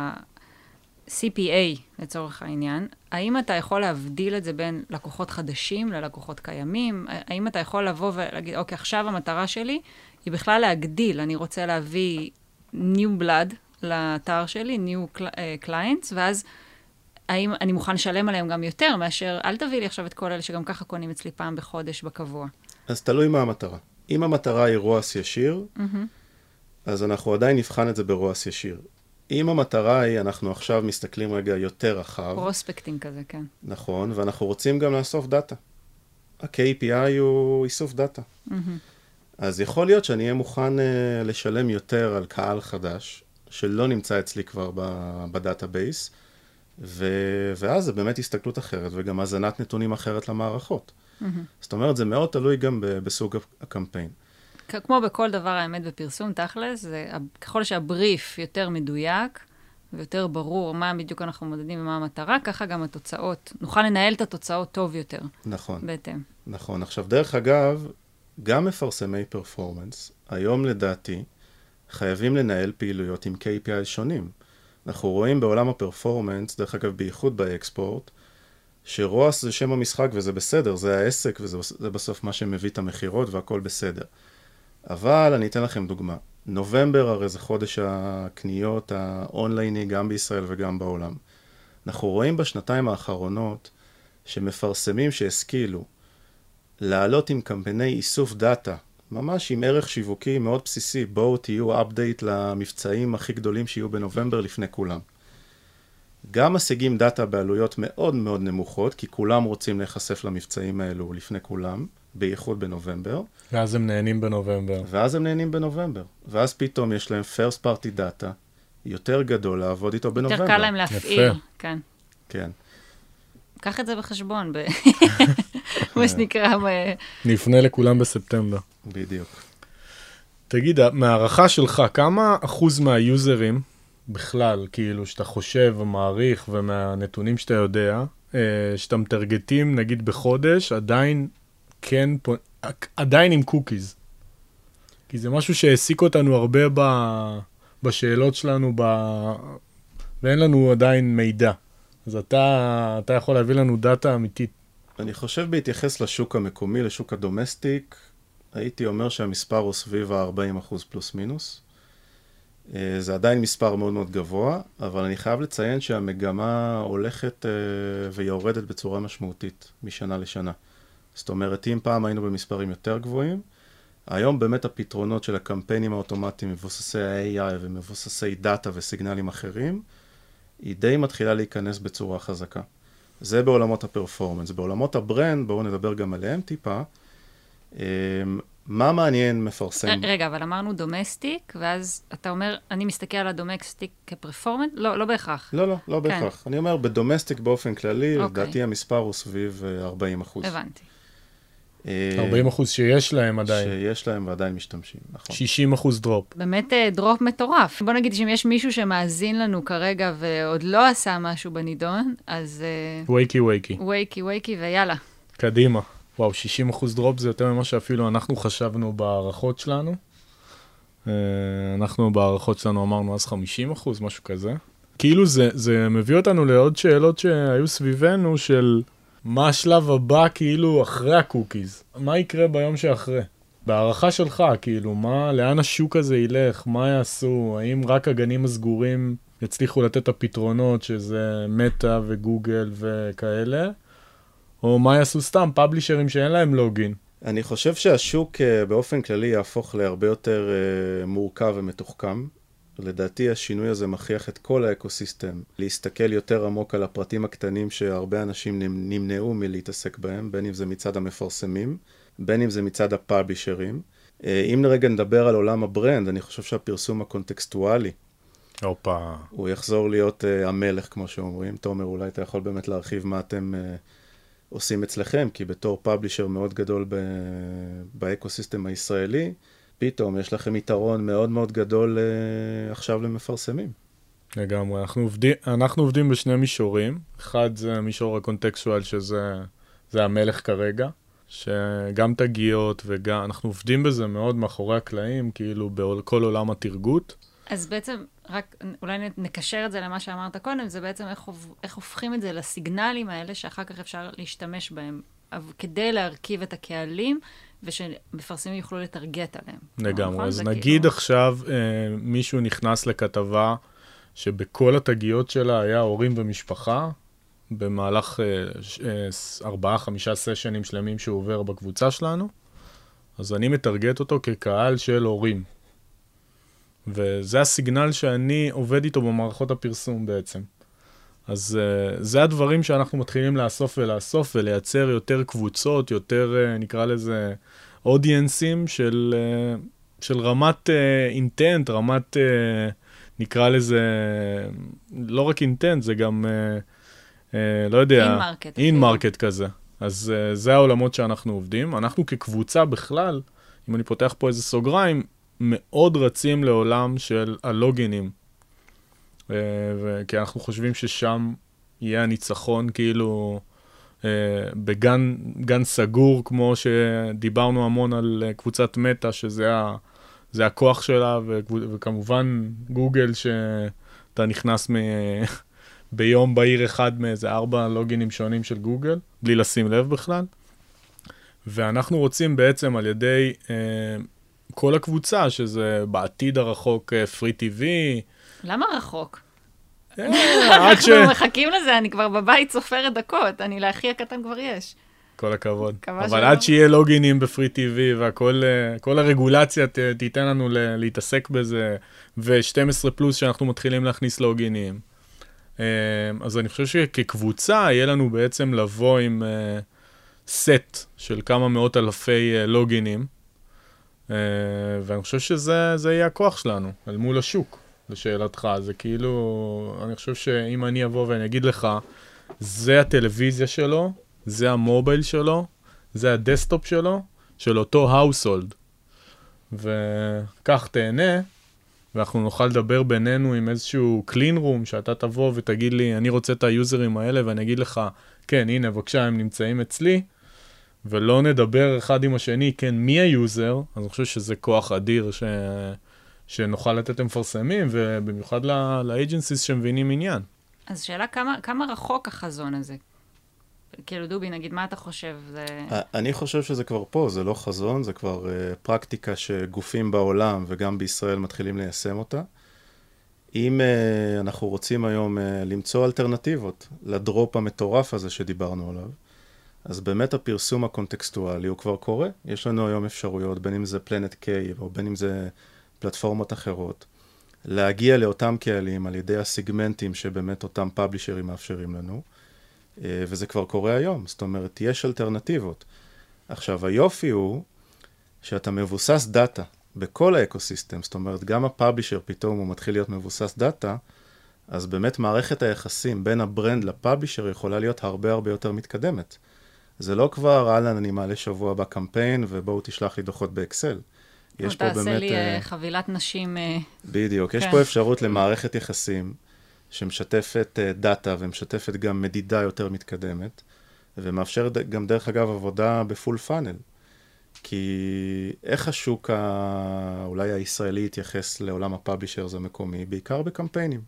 ה-CPA לצורך העניין, האם אתה יכול להבדיל את זה בין לקוחות חדשים ללקוחות קיימים? האם אתה יכול לבוא ולהגיד, אוקיי, עכשיו המטרה שלי היא בכלל להגדיל, אני רוצה להביא new blood לאתר שלי, new clients, ואז האם אני מוכן לשלם עליהם גם יותר מאשר, אל תביא לי עכשיו את כל אלה שגם ככה קונים אצלי פעם בחודש בקבוע. אז תלוי מה המטרה. אם המטרה היא רועס ישיר, אז אנחנו עדיין נבחן את זה ברועס ישיר. אם המטרה היא, אנחנו עכשיו מסתכלים רגע יותר רחב. פרוספקטינג כזה, כן. נכון, ואנחנו רוצים גם לאסוף דאטה. ה-KPI הוא איסוף דאטה. אז יכול להיות שאני אהיה מוכן לשלם יותר על קהל חדש, שלא נמצא אצלי כבר בדאטאבייס, ואז זה באמת הסתכלות אחרת, וגם הזנת נתונים אחרת למערכות. זאת אומרת, זה מאוד תלוי גם בסוג הקמפיין. כמו בכל דבר האמת בפרסום, תכלס, ככל שהבריף יותר מדויק, ויותר ברור מה בדיוק אנחנו מודדים ומה המטרה, ככה גם התוצאות, נוכל לנהל את התוצאות טוב יותר. נכון. בהתאם. נכון. עכשיו, דרך אגב, גם מפרסמי פרפורמנס, היום לדעתי, חייבים לנהל פעילויות עם KPI שונים. אנחנו רואים בעולם הפרפורמנס, דרך אגב, בייחוד באקספורט, שרועס זה שם המשחק וזה בסדר, זה העסק וזה בסוף מה שמביא את המחירות והכל בסדר. אבל אני אתן לכם דוגמה. נובמבר הרי זה חודש הקניות האונלייני גם בישראל וגם בעולם. אנחנו רואים בשנתיים האחרונות שמפרסמים שהשכילו לעלות עם קמפייני איסוף דאטה, ממש עם ערך שיווקי מאוד בסיסי, בואו תהיו אפדייט למבצעים הכי גדולים שיהיו בנובמבר לפני כולם. גם משיגים דאטה בעלויות מאוד מאוד נמוכות, כי כולם רוצים להיחשף למבצעים האלו לפני כולם, בייחוד בנובמבר. ואז הם נהנים בנובמבר. ואז פתאום יש להם first party data, יותר גדול לעבוד איתו בנובמבר. יותר קל להם להפעיל, כן. כן. קח את זה בחשבון, מה שנקרא. נפנה לכולם בספטמבר. בדיוק. תגיד, מהערכה שלך, כמה אחוז מהיוזרים בכלל, כאילו, שאתה חושב ומעריך ומהנתונים שאתה יודע, שאתה מטרגטים, נגיד בחודש, עדיין עם קוקיז? כי זה משהו שהעסיק אותנו הרבה בשאלות שלנו, ואין לנו עדיין מידע. אז אתה יכול להביא לנו דאטה אמיתית. אני חושב בהתייחס לשוק המקומי, לשוק הדומסטיק, הייתי אומר שהמספר הוא סביב ה-40% פלוס מינוס. זה עדיין מספר מאוד מאוד גבוה, אבל אני חייב לציין שהמגמה הולכת ויורדת בצורה משמעותית משנה לשנה. זאת אומרת, אם פעם היינו במספרים יותר גבוהים, היום באמת הפתרונות של הקמפיינים האוטומטיים, מבוססי ה-AI ומבוססי דאטה וסיגנלים אחרים, היא די מתחילה להיכנס בצורה חזקה. זה בעולמות הפרפורמנס. בעולמות הברנד, בואו נדבר גם עליהם טיפה. מה מעניין מפרסם? רגע, אבל אמרנו דומסטיק, ואז אתה אומר, אני מסתכל על הדומסטיק כפרפורמנט? לא בהכרח. לא בהכרח. אני אומר, בדומסטיק באופן כללי, לדעתי המספר הוא סביב 40%. הבנתי. 40% שיש להם עדיין. שיש להם ועדיין משתמשים, נכון. 60% דרופ. באמת דרופ מטורף. בוא נגיד שאם יש מישהו שמאזין לנו כרגע ועוד לא עשה משהו בנידון, אז... וייקי, ויאללה. קדימה. וואו, 60% דרופ זה יותר ממה שאפילו אנחנו חשבנו בהערכות שלנו. אנחנו בהערכות שלנו אמרנו אז 50%, משהו כזה. כאילו זה מביא אותנו לעוד שאלות שהיו סביבנו של... מה השלב הבא, כאילו, אחרי הקוקיז? מה יקרה ביום שאחרי? בהערכה שלך, כאילו, לאן השוק הזה ילך? מה יעשו? האם רק הגנים הסגורים יצליחו לתת את הפתרונות, שזה מטא וגוגל וכאלה? או מה יעשו סתם פאבלישרים שאין להם לוגין? אני חושב שהשוק באופן כללי יהפוך להרבה יותר מורכב ומתוחכם. לדעתי השינוי הזה מכריח את כל האקוסיסטם להסתכל יותר עמוק על הפרטים הקטנים שהרבה אנשים נמנעו מלהתעסק בהם, בין אם זה מצד המפרסמים, בין אם זה מצד הפאבלישרים. אם לרגע נדבר על עולם הברנד, אני חושב שהפרסום הקונטקסטואלי, הוא יחזור להיות המלך, כמו שאומרים. תומר, אולי אתה יכול באמת להרחיב מה אתם עושים אצלכם, כי בתור פאבלישר מאוד גדול באקוסיסטם הישראלי, פתאום יש לכם יתרון מאוד מאוד גדול עכשיו למפרסמים. לגמרי, אנחנו עובדים בשני מישורים. אחד זה מישור הקונטקסטואל, שזה המלך כרגע, שגם תגיעות וגם, אנחנו עובדים בזה מאוד מאחורי הקלעים, כאילו בכל עולם התרגות. אז בעצם, רק אולי נקשר את זה למה שאמרת קודם, זה בעצם איך הופכים את זה לסיגנלים האלה, שאחר כך אפשר להשתמש בהם, כדי להרכיב את הקהלים, ושמפרסמים יוכלו לטרגט עליהם. לגמרי, אז נגיד עכשיו מישהו נכנס לכתבה שבכל התגיות שלה היה הורים ומשפחה, במהלך 4-5 סשנים שלמים שהוא עובר בקבוצה שלנו, אז אני מטרגט אותו כקהל של הורים. וזה הסיגנל שאני עובד איתו במערכות הפרסום בעצם. אז זה הדברים שאנחנו מתחילים לאסוף ולייצר יותר קבוצות, יותר נקרא לזה אודיינסים של רמת אינטנט, רמת נקרא לזה, לא רק אינטנט, זה גם, לא יודע, אין-מרקט כזה. אז זה העולמות שאנחנו עובדים. אנחנו כקבוצה בכלל, אם אני פותח פה איזה סוגריים, מאוד רצים לעולם של הלוגינים. כי אנחנו חושבים ששם יהיה הניצחון כאילו בגן סגור, כמו שדיברנו המון על קבוצת מטא, שזה הכוח שלה, וכמובן גוגל שאתה נכנס ביום בהיר אחד מאיזה 4 לוגינים שונים של גוגל, בלי לשים לב בכלל. ואנחנו רוצים בעצם על ידי כל הקבוצה, שזה בעתיד הרחוק פרי TV. למה רחוק? אנחנו מחכים לזה, אני כבר בבית סופרת דקות, אני לאחי הקטן כבר יש. כל הכבוד. אבל עד שיהיה לוגינים בפרי TV, וכל הרגולציה תיתן לנו להתעסק בזה, ו-12 פלוס שאנחנו מתחילים להכניס לוגינים. אז אני חושב שכקבוצה, יהיה לנו בעצם לבוא עם סט של כמה מאות אלפי לוגינים, ואני חושב שזה יהיה הכוח שלנו, אל מול השוק. לשאלתך, זה כאילו, אני חושב שאם אני אבוא ואני אגיד לך, זה הטלוויזיה שלו, זה המובייל שלו, זה הדסטופ שלו, של אותו household. וכך תהנה, ואנחנו נוכל לדבר בינינו עם איזשהו clean room, שאתה תבוא ותגיד לי, אני רוצה את היוזרים האלה, ואני אגיד לך, כן, הנה, בבקשה, הם נמצאים אצלי, ולא נדבר אחד עם השני, כן, מי היוזר, אז אני חושב שזה כוח אדיר שנוכל לתת למפרסמים, ובמיוחד לאג'נסיס שמבינים עניין. אז שאלה, כמה רחוק החזון הזה? כאילו דובי, נגיד, מה אתה חושב? אני חושב שזה כבר פה, זה לא חזון, זה כבר פרקטיקה שגופים בעולם וגם בישראל מתחילים ליישם אותה. אם אנחנו רוצים היום למצוא אלטרנטיבות לדרופ המטורף הזה שדיברנו עליו, אז באמת הפרסום הקונטקסטואלי הוא כבר קורה. יש לנו היום אפשרויות, בין אם זה פלנט קיי, או בין אם זה פלטפורמות אחרות, להגיע לאותם קהלים על ידי הסיגמנטים שבאמת אותם פאבלישרים מאפשרים לנו, וזה כבר קורה היום. זאת אומרת, יש אלטרנטיבות. עכשיו, היופי הוא שאתה מבוסס דאטה בכל האקוסיסטם, זאת אומרת, גם הפאבלישר פתאום הוא מתחיל להיות מבוסס דאטה, אז באמת מערכת היחסים בין הברנד לפאבלישר יכולה להיות הרבה הרבה יותר מתקדמת. זה לא כבר, אהלן, אני מעלה שבוע בקמפיין, ובואו תשלח לי דוחות באקסל. יש פה באמת... תעשה לי חבילת נשים... בדיוק, יש פה אפשרות למערכת יחסים, שמשתפת דאטה ומשתפת גם מדידה יותר מתקדמת, ומאפשרת גם דרך אגב עבודה בפול פאנל. כי איך השוק אולי הישראלי יתייחס לעולם הפאבלישרס המקומי, בעיקר בקמפיינים.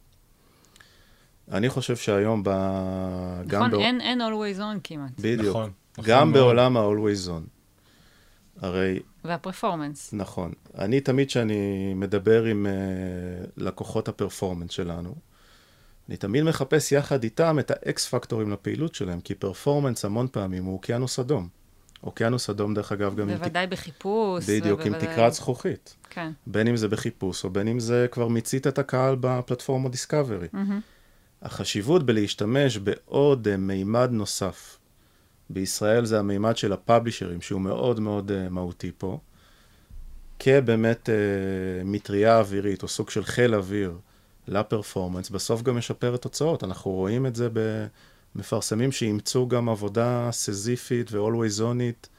אני חושב שהיום נכון, אין always on כמעט. בדיוק. נכון, גם בעולם ה-always on. הרי... והפרפורמנס. נכון. אני תמיד שאני מדבר עם לקוחות הפרפורמנס שלנו, אני תמיד מחפש יחד איתם את האקס פקטורים לפעילות שלהם, כי פרפורמנס המון פעמים הוא אוקיינוס אדום. אוקיינוס אדום, דרך אגב, גם... בוודאי בחיפוש. בדיוק, עם תקרת זכוכית. כן. בין אם זה בחיפוש, או בין אם זה כבר מיצית את הקהל בפלטפורמה דיסקאברי. החשיבות בלהשתמש בעוד מימד נוסף. בישראל זה המימד של הפאבלישרים, שהוא מאוד מאוד מהותי פה, כבאמת מטריה אווירית, או סוג של חיל אוויר לפרפורמנס, בסוף גם משפר את תוצאות. אנחנו רואים את זה במפרסמים שימצאו גם עבודה סזיפית ו-always onית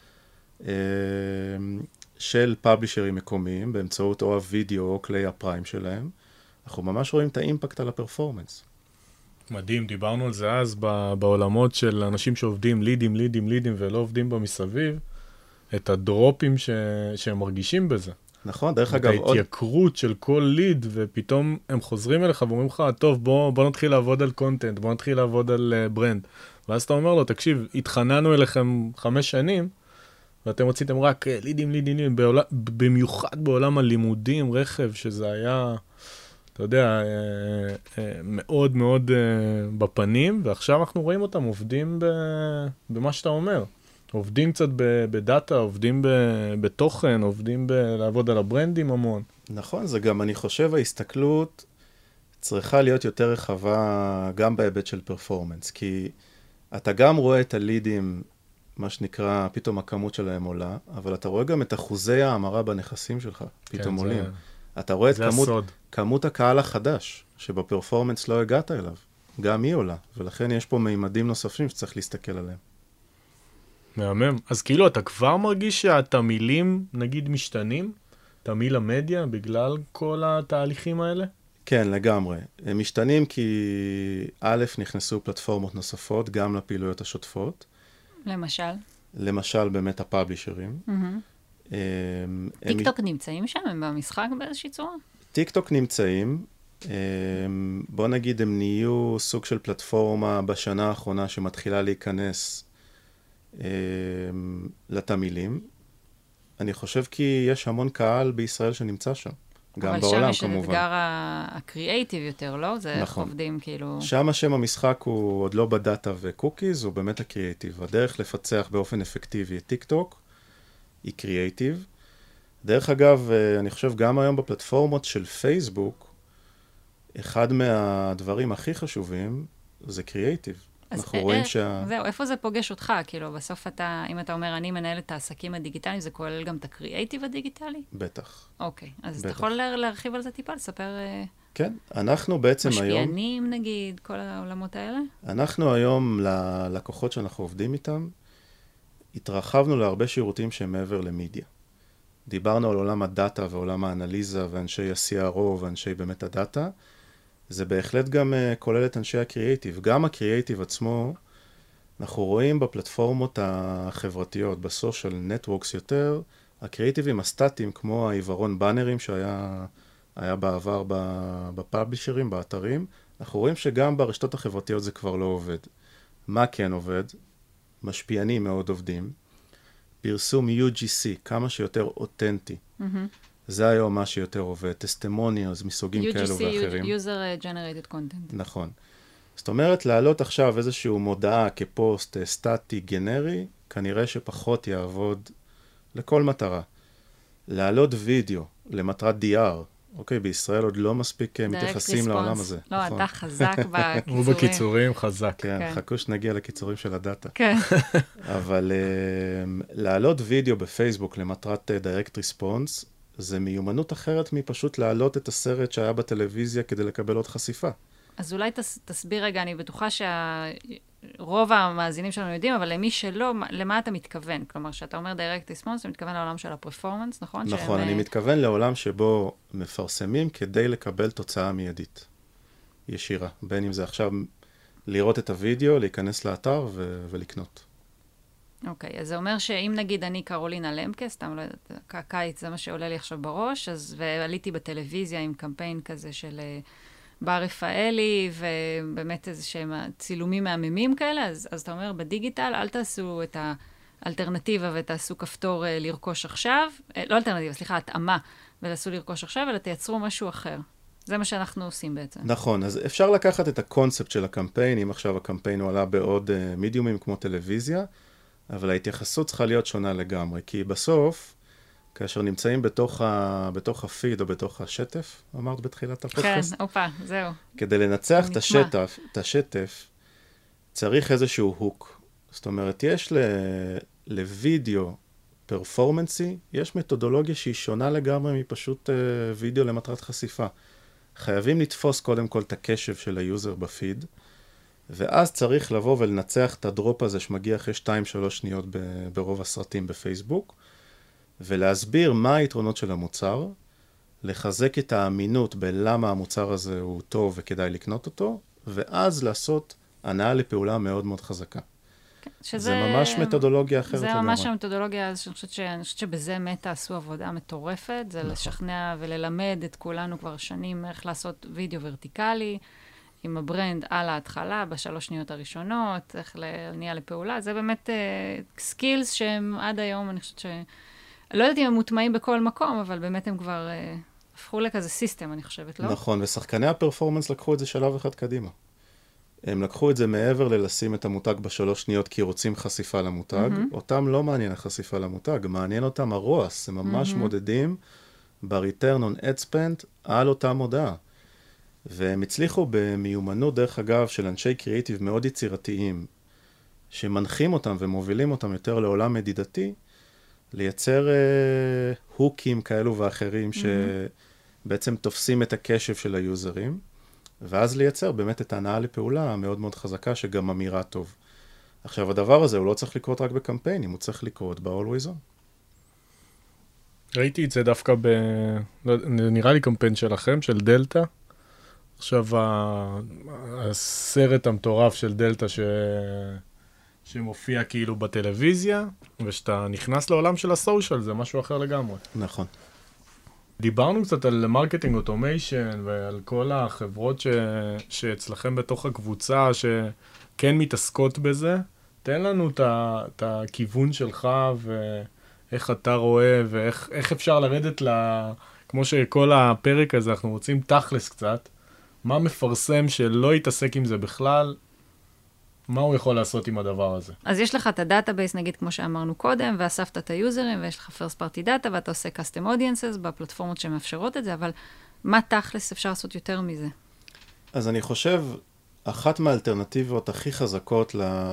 של פאבלישרים מקומיים, באמצעות או הווידאו או כלי הפריים שלהם. אנחנו ממש רואים את האימפקט על הפרפורמנס. מדהים, דיברנו על זה אז בעולמות של אנשים שעובדים לידים ולא עובדים במסביב, את הדרופים שהם מרגישים בזה. נכון, דרך אגב את ההתייקרות של כל ליד, ופתאום הם חוזרים אליך ואומרים לך, טוב, בוא נתחיל לעבוד על קונטנט, בוא נתחיל לעבוד על ברנד. ואז אתה אומר לו, תקשיב, התחננו אליכם 5 שנים, ואתם רציתם רק לידים, במיוחד בעולם הלימודים, רכב, שזה היה... אתה יודע, מאוד מאוד בפנים, ועכשיו אנחנו רואים אותם עובדים במה שאתה אומר. עובדים קצת בדאטה, עובדים בתוכן, עובדים לעבוד על הברנדים המון. נכון, זה גם, אני חושב, ההסתכלות צריכה להיות יותר רחבה גם בהיבט של פרפורמנס, כי אתה גם רואה את הלידים, מה שנקרא, פתאום הכמות שלהם עולה, אבל אתה רואה גם את אחוזי ההמרה בנכסים שלך, פתאום כן, עולים. אתה רואה את הסוד. כמות הקהל החדש, שבפרפורמנס לא הגעת אליו, גם היא עולה, ולכן יש פה מימדים נוספים שצריך להסתכל עליהם. מהמם. אז כאילו אתה כבר מרגיש שהתמילים, נגיד, משתנים? תמיל המדיה בגלל כל התהליכים האלה? כן, לגמרי. הם משתנים כי א', נכנסו פלטפורמות נוספות, גם לפעילויות השוטפות. למשל? למשל, באמת הפאבלישרים. טיקטוק נמצאים שם? הם במשחק באיזושהי צורה? טיקטוק נמצאים. בוא נגיד, הם נהיו סוג של פלטפורמה בשנה האחרונה שמתחילה להיכנס לתמילים. אני חושב כי יש המון קהל בישראל שנמצא שם. גם בעולם, כמובן. אבל שם יש את אתגר הקריאייטיב יותר, לא? זה איך עובדים, כאילו... שם השם המשחק הוא עוד לא בדאטה וקוקיז, הוא באמת הקריאייטיב. הדרך לפצח באופן אפקטיבי את טיקטוק היא קריאייטיב. דרך אגב, אני חושב גם היום בפלטפורמות של פייסבוק, אחד מהדברים הכי חשובים זה קריאייטיב. אנחנו רואים זהו, איפה זה פוגש אותך? כאילו, בסוף אתה, אם אתה אומר, אני מנהל את העסקים הדיגיטליים, זה כולל גם את הקריאייטיב הדיגיטלי? בטח. אוקיי, אז אתה יכול להרחיב על זה טיפה, לספר... כן, אנחנו בעצם היום... משפיענים, נגיד, כל העולמות האלה? אנחנו היום, ללקוחות שאנחנו עובדים איתם, התרחבנו להרבה שירותים שהם מעבר למדיה. דיברנו על עולם הדאטה ועולם האנליזה ואנשי ה-CRO ואנשי באמת הדאטה, זה בהחלט גם כולל את אנשי הקריאייטיב. גם הקריאייטיב עצמו, אנחנו רואים בפלטפורמות החברתיות, בסושיאל נטוורקס יותר, הקריאייטיבים הסטטיים, כמו העיוורון באנרים שהיה בעבר בפאבלישרים, באתרים, אנחנו רואים שגם ברשתות החברתיות זה כבר לא עובד. מה כן עובד? משפיענים מאוד עובדים. פרסום UGC, כמה שיותר אותנטי. זה היום מה שיותר עובד, טסטימוניוז מסוגים כאלו ואחרים. UGC, user generated content. נכון. זאת אומרת, להעלות עכשיו איזשהו מודעה כפוסט סטטי גנרי, כנראה שפחות יעבוד לכל מטרה. להעלות וידאו למטרת DR, אוקיי, בישראל עוד לא מספיק מתייחסים לעולם הזה. לא, אתה חזק בקיצורים. הוא בקיצורים חזק. כן, חכו שנגיע לקיצורים של הדאטה. כן. אבל להעלות וידאו בפייסבוק למטרת direct response, זה מיומנות אחרת מפשוט להעלות את הסרט שהיה בטלוויזיה כדי לקבל עוד חשיפה. אז אולי תסביר רגע, אני בטוחה שרוב המאזינים שלנו יודעים, אבל למי שלא, למה אתה מתכוון? כלומר, שאתה אומר direct response, אתה מתכוון לעולם של הפרפורמנס, נכון? נכון, אני מתכוון לעולם שבו מפרסמים כדי לקבל תוצאה מיידית, ישירה. בין אם זה עכשיו לראות את הוידאו, להיכנס לאתר ולקנות. אוקיי, אז זה אומר שאם נגיד אני קרולינה למקה, סתם לא יודעת, קיץ, זה מה שעולה לי עכשיו בראש, ועליתי בטלוויזיה עם קמפיין כזה של בר רפאלי, ובאמת איזה שהם צילומים מהממים כאלה, אז אתה אומר, בדיגיטל, אל תעשו את האלטרנטיבה ותעשו כפתור לרכוש עכשיו, לא אלטרנטיבה, סליחה, התאמה, ותעשו לרכוש עכשיו, אלא תייצרו משהו אחר. זה מה שאנחנו עושים בעצם. נכון, אז אפשר לקחת את הקונספט של הקמפיין, אם עכשיו הקמפיין הוא עלה בעוד מידיומים כמו טלוויזיה, אבל ההתייחסות צריכה להיות שונה לגמרי, כי בסוף, כאשר נמצאים בתוך הפיד או בתוך השטף, אמרת בתחילת הפודקאסט? כן, אופה, זהו. כדי לנצח את השטף, צריך איזשהו הוק. זאת אומרת, יש לוידאו פרפורמנסי, יש מתודולוגיה שהיא שונה לגמרי מפשוט וידאו למטרת חשיפה. חייבים לתפוס קודם כל את הקשב של היוזר בפיד, ואז צריך לבוא ולנצח את הדרופ הזה שמגיע אחרי 2-3 שניות ברוב הסרטים בפייסבוק, ולהסביר מה היתרונות של המוצר, לחזק את האמינות בלמה המוצר הזה הוא טוב וכדאי לקנות אותו, ואז לעשות הנעה לפעולה מאוד מאוד חזקה. זה ממש מתודולוגיה אחרת לגמרי. זה ממש המתודולוגיה, אני חושבת שבזה מטה עשו עבודה מטורפת, זה לשכנע וללמד את כולנו כבר שנים איך לעשות וידאו ורטיקלי, עם הברנד על ההתחלה, ב3 שניות הראשונות, איך להניע לפעולה. זה באמת סקילס שהם עד היום, אני חושבת לא יודעת אם הם מוטמעים בכל מקום, אבל באמת הם כבר הפכו לכזה סיסטם, אני חושבת, לא? נכון, ושחקני הפרפורמנס לקחו את זה שלב אחד קדימה. הם לקחו את זה מעבר ללשים את המותג ב3 שניות, כי רוצים חשיפה למותג. אותם לא מעניין החשיפה למותג, מעניין אותם הרועס. הם ממש מודדים ב-return on ad spend על אותה מודעה. והם הצליחו במיומנות, דרך אגב, של אנשי קריאיטיב מאוד יצירתיים, שמנחים אותם ומובילים אותם יותר לעולם מדידתי, לייצר הוקים כאלו ואחרים שבעצם תופסים את הקשב של היוזרים, ואז לייצר באמת את ההנאה לפעולה המאוד מאוד חזקה, שגם אמירה טוב. עכשיו, הדבר הזה הוא לא צריך לקרות רק בקמפיינים, הוא צריך לקרות ב-Always On. ראיתי את זה דווקא נראה לי קמפיין שלכם, של דלטה. עכשיו, הסרט המטורף של דלטה שמופיע כאילו בטלוויזיה, ושאתה נכנס לעולם של הסושיאל, זה משהו אחר לגמרי. נכון. דיברנו קצת על מרקטינג אוטומיישן, ועל כל החברות שאצלכם בתוך הקבוצה, שכן מתעסקות בזה. תן לנו את הכיוון שלך, ואיך אתה רואה, ואיך אפשר לרדת כמו שכל הפרק הזה, אנחנו רוצים תכלס קצת, מה מפרסם שלא יתעסק עם זה בכלל, מה הוא יכול לעשות עם הדבר הזה? אז יש לך את הדאטאבייס, נגיד, כמו שאמרנו קודם, ואספת את היוזרים, ויש לך first party data, ואתה עושה custom audiences בפלטפורמות שמאפשרות את זה, אבל מה תכלס אפשר לעשות יותר מזה? אז אני חושב, אחת מהאלטרנטיבות הכי חזקות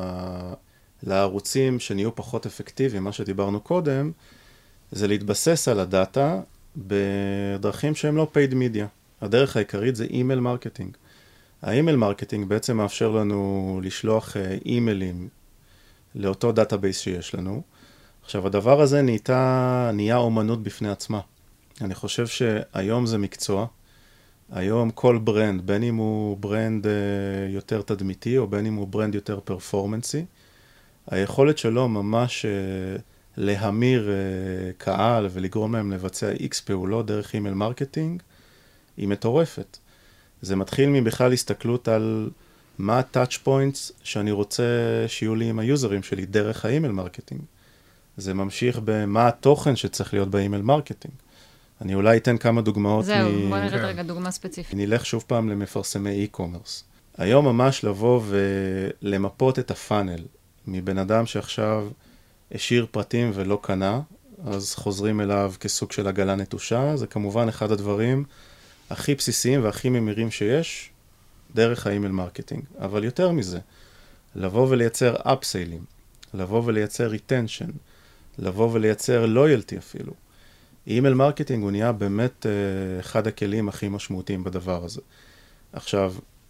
לערוצים שנהיו פחות אפקטיביים, מה שדיברנו קודם, זה להתבסס על הדאטה בדרכים שהם לא paid media. הדרך העיקרית זה אימייל מרקטינג. האימייל מרקטינג בעצם מאפשר לנו לשלוח אימיילים לאותו דאטאבייס שיש לנו. עכשיו, הדבר הזה נהיה אומנות בפני עצמה. אני חושב שהיום זה מקצוע. היום כל ברנד, בין אם הוא ברנד יותר תדמיתי, או בין אם הוא ברנד יותר פרפורמנסי, היכולת שלו ממש להמיר קהל ולגרום להם לבצע X פעולות דרך אימייל מרקטינג, היא מטורפת. זה מתחיל מבכלל הסתכלות על מה ה-touch points שאני רוצה שיהיו לי עם היוזרים שלי דרך האימייל מרקטינג. זה ממשיך במה התוכן שצריך להיות באימייל מרקטינג. אני אולי אתן כמה דוגמאות. זהו, בוא נראה רגע דוגמה ספציפית. נלך שוב פעם למפרסמי e-commerce. היום ממש לבוא ולמפות את הפאנל מבן אדם שעכשיו השאיר פרטים ולא קנה, אז חוזרים אליו כסוג של עגלה נטושה. זה כמובן אחד הדברים הכי בסיסיים והכי ממירים שיש דרך האימייל מרקטינג. אבל יותר מזה, לבוא ולייצר אפסיילים, לבוא ולייצר ריטנשן, לבוא ולייצר לויאלטי אפילו. אימייל מרקטינג הוא נהיה באמת אחד הכלים הכי משמעותיים בדבר הזה. עכשיו,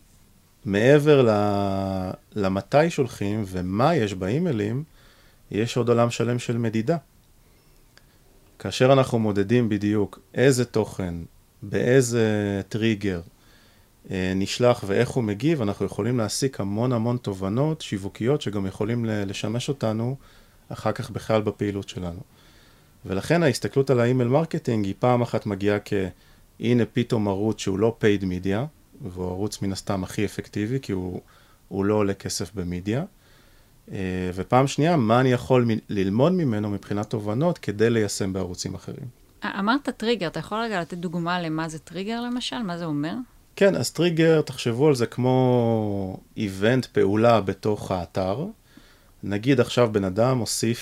מעבר למתי שולחים ומה יש באימיילים, יש עוד עולם שלם של מדידה. כאשר אנחנו מודדים בדיוק איזה תוכן, באיזה טריגר נשלח ואיך הוא מגיב, אנחנו יכולים להסיק המון תובנות שיווקיות שגם יכולים לשמש אותנו אחר כך בכלל בפעילות שלנו. ולכן ההסתכלות על האימייל מרקטינג היא פעם אחת מגיעה הנה פתאום ערוץ שהוא לא paid media, והוא ערוץ מן הסתם הכי אפקטיבי, כי הוא לא עולה כסף במדיה. ופעם שנייה, מה אני יכול ללמוד ממנו מבחינת תובנות כדי ליישם בערוצים אחרים. אמרת טריגר, אתה יכול רגע לתת דוגמה למה זה טריגר למשל? מה זה אומר? כן, אז טריגר, תחשבו על זה כמו איבנט פעולה בתוך האתר. נגיד עכשיו בן אדם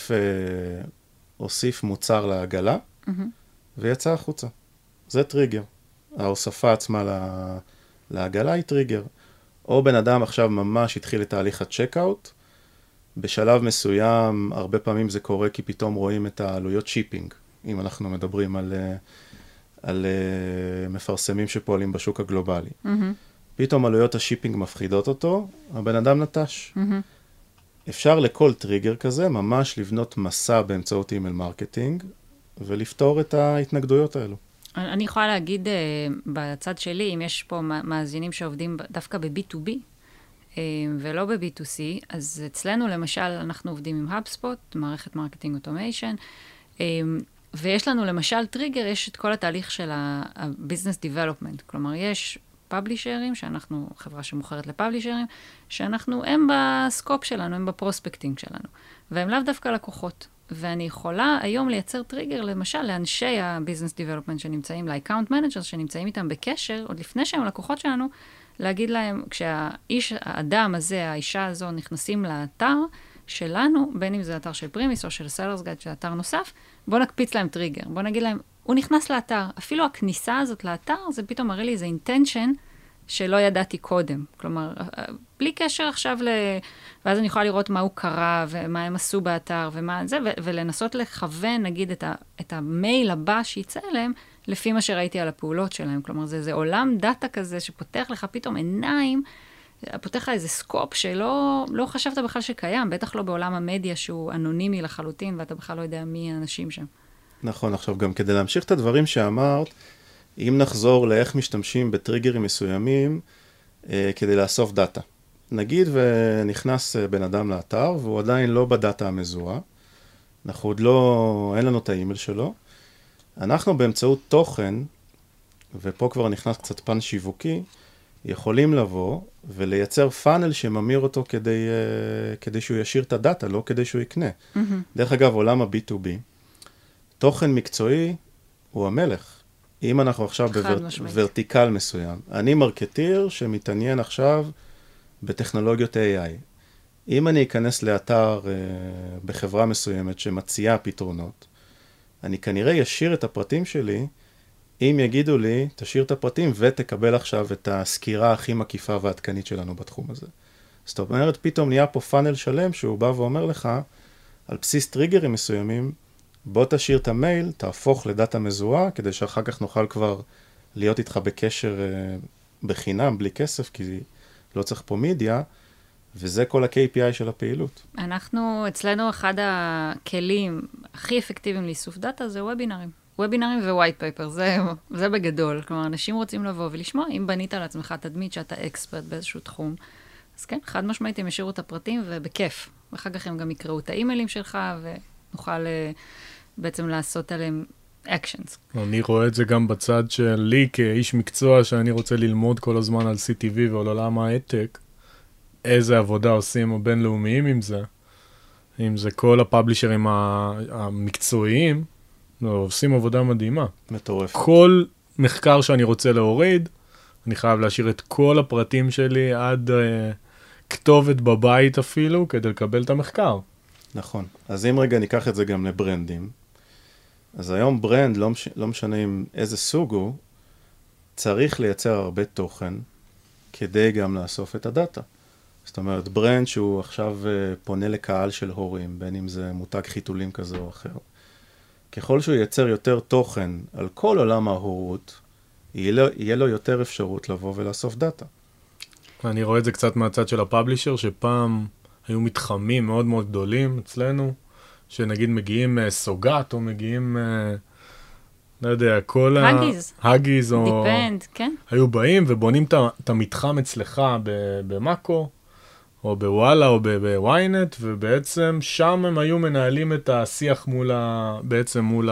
הוסיף מוצר לעגלה, ויצא החוצה. זה טריגר. ההוספה עצמה לעגלה היא טריגר. או בן אדם עכשיו ממש התחיל את תהליך הצ'קאוט, בשלב מסוים, הרבה פעמים זה קורה כי פתאום רואים את העלויות שיפינג, אם אנחנו מדברים על מפרסמים שפועלים בשוק הגלובלי. פתאום עלויות השיפינג מפחידות אותו, הבן אדם נטש. אפשר לכל טריגר כזה ממש לבנות מסע באמצעות אימייל מרקטינג, ולפתור את ההתנגדויות האלו. אני יכולה להגיד בצד שלי, אם יש פה מאזינים שעובדים דווקא ב-B2B, ולא ב-B2C, אז אצלנו למשל אנחנו עובדים עם HubSpot, מערכת מרקטינג אוטומיישן, ויש לנו למשל טריגר, יש את כל התהליך של ה-Business Development, כלומר יש פאבלישרים, שאנחנו חברה שמוכרת לפאבלישרים, הם בסקופ שלנו, הם בפרוספקטינג שלנו, והם לאו דווקא לקוחות. ואני יכולה היום לייצר טריגר, למשל, לאנשי ה-Business Development שנמצאים, ל-Account Managers שנמצאים איתם בקשר, עוד לפני שהם לקוחות שלנו, להגיד להם, האדם הזה, האישה הזו, נכנסים לאתר שלנו, בין אם זה אתר של פרימיס או של סלרס גייד, של אתר נוסף, בוא נקפיץ להם טריגר. בוא נגיד להם, הוא נכנס לאתר. אפילו הכניסה הזאת לאתר, זה פתאום מראה לי איזה intention שלא ידעתי קודם. כלומר, בלי קשר עכשיו ואז אני יכולה לראות מה הוא קרא, ומה הם עשו באתר, ומה זה, ולנסות לכוון, נגיד, את המייל הבא שיצא אליהם, לפי מה שראיתי על הפעולות שלהם. כלומר, זה עולם דאטה כזה שפותח לך פתאום עיניים, פותח לך איזה סקופ שלא חשבת בכלל שקיים, בטח לא בעולם המדיה שהוא אנונימי לחלוטין, ואתה בכלל לא יודע מי האנשים שם. נכון, עכשיו גם כדי להמשיך את הדברים שאמרת, אם נחזור לאיך משתמשים בטריגרים מסוימים כדי לאסוף דאטה. נגיד ונכנס בן אדם לאתר, והוא עדיין לא בדאטה המזוהה, אנחנו עוד לא, אין לנו את האימייל שלו, אנחנו באמצעות תוכן, ופה כבר נכנס קצת פן שיווקי, יכולים לבוא ולייצר פאנל שממיר אותו כדי שהוא ישאיר את הדאטה, לא כדי שהוא יקנה. דרך אגב, עולם ה-B2B, תוכן מקצועי הוא המלך. אם אנחנו עכשיו בוורטיקל מסוים, אני מרקטיר שמתעניין עכשיו בטכנולוגיות AI. אם אני אכנס לאתר בחברה מסוימת שמציעה פתרונות, אני כנראה ישאיר את הפרטים שלי, אם יגידו לי, תשאיר את הפרטים ותקבל עכשיו את הסקירה הכי מקיפה והעדכנית שלנו בתחום הזה. זאת אומרת, פתאום נהיה פה פאנל שלם שהוא בא ואומר לך, על בסיס טריגרים מסוימים, בוא תשאיר את המייל, תהפוך לדאטה מזוהה, כדי שאחר כך נוכל כבר להיות איתך בקשר בחינם, בלי כסף, כי לא צריך פה מידיה, וזה כל ה-KPI של הפעילות. אצלנו אחד הכלים הכי אפקטיביים לאיסוף דאטה זה וובינרים. וובינרים ווייט פייפר, זה בגדול. כלומר, אנשים רוצים לבוא ולשמוע, אם בנית על עצמך תדמית שאתה אקספרט באיזשהו תחום, אז כן, חד משמעית הם ישאירו את הפרטים ובכיף. ואחר כך הם גם יקראו את האימיילים שלך, ונוכל בעצם לעשות עליהם אקשנס. אני רואה את זה גם בצד שלי כאיש מקצוע, שאני רוצה ללמוד כל הזמן על CTV ועל עולם ההייטק, איזה עבודה עושים הבינלאומיים עם זה. אם זה כל הפאבלישרים המקצועיים, עושים עבודה מדהימה. מטורף. כל מחקר שאני רוצה להוריד, אני חייב להשאיר את כל הפרטים שלי עד כתובת בבית אפילו, כדי לקבל את המחקר. נכון. אז אם רגע ניקח את זה גם לברנדים, אז היום ברנד, לא משנה עם איזה סוג הוא, צריך לייצר הרבה תוכן, כדי גם לאסוף את הדאטה. זאת אומרת, ברנד שהוא עכשיו פונה לקהל של הורים, בין אם זה מותג חיתולים כזה או אחר, ככל שהוא ייצר יותר תוכן על כל עולם ההורות, יהיה לו יותר אפשרות לבוא ולאסוף דאטה. אני רואה את זה קצת מהצד של הפאבלישר, שפעם היו מתחמים מאוד מאוד גדולים אצלנו, שנגיד מגיעים סוגת, או מגיעים, לא יודע, כל הגיז, או... דיפנד, כן. היו באים ובונים את המתחם אצלך במאקו, או בוואלה, או בוויינט, ובעצם שם הם היו מנהלים את השיח בעצם מול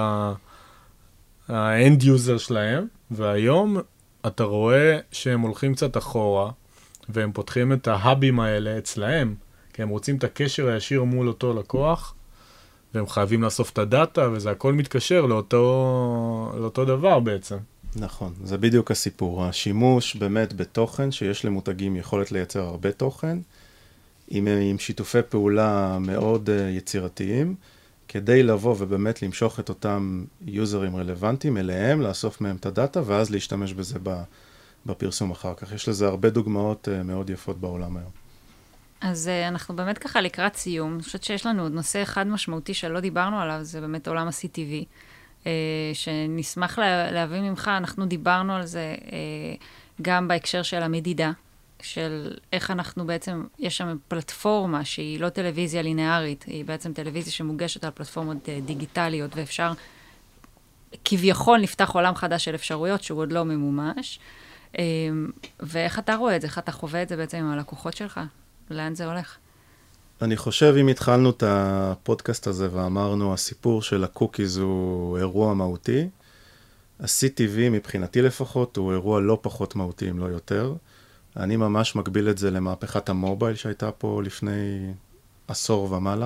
האנד יוזר שלהם, והיום אתה רואה שהם הולכים קצת אחורה, והם פותחים את ההאבים האלה אצלהם, כי הם רוצים את הקשר הישיר מול אותו לקוח, והם חייבים לאסוף את הדאטה, וזה הכל מתקשר לאותו דבר בעצם. נכון, זה בדיוק הסיפור. השימוש באמת בתוכן, שיש למותגים יכולת לייצר הרבה תוכן, עם שיתופי פעולה מאוד יצירתיים, כדי לבוא ובאמת למשוך את אותם יוזרים רלוונטיים אליהם, לאסוף מהם את הדאטה, ואז להשתמש בזה בפרסום אחר כך. יש לזה הרבה דוגמאות מאוד יפות בעולם היום. אז אנחנו באמת ככה לקראת סיום. אני חושבת שיש לנו עוד נושא אחד משמעותי שלא דיברנו עליו, זה באמת עולם ה-CTV, שנשמח להבין ממך. אנחנו דיברנו על זה גם בהקשר של המדידה, של איך אנחנו בעצם, יש שם פלטפורמה שהיא לא טלוויזיה לינארית, היא בעצם טלוויזיה שמוגשת על פלטפורמות דיגיטליות, ואפשר כביכול נפתח עולם חדש של אפשרויות שהוא עוד לא ממומש. ואיך אתה רואה את זה? איך אתה חווה את זה בעצם עם הלקוחות שלך? לאן זה הולך? אני חושב, אם התחלנו את הפודקאסט הזה ואמרנו, הסיפור של הקוקיז הוא אירוע מהותי, ה-CTV מבחינתי לפחות הוא אירוע לא פחות מהותי, אם לא יותר. אני ממש מקביל את זה למהפכת המובייל שהייתה פה לפני עשור ומעלה.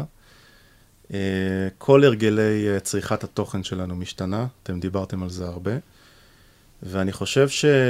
כל הרגלי צריכת התוכן שלנו משתנה, אתם דיברתם על זה הרבה. ואני חושב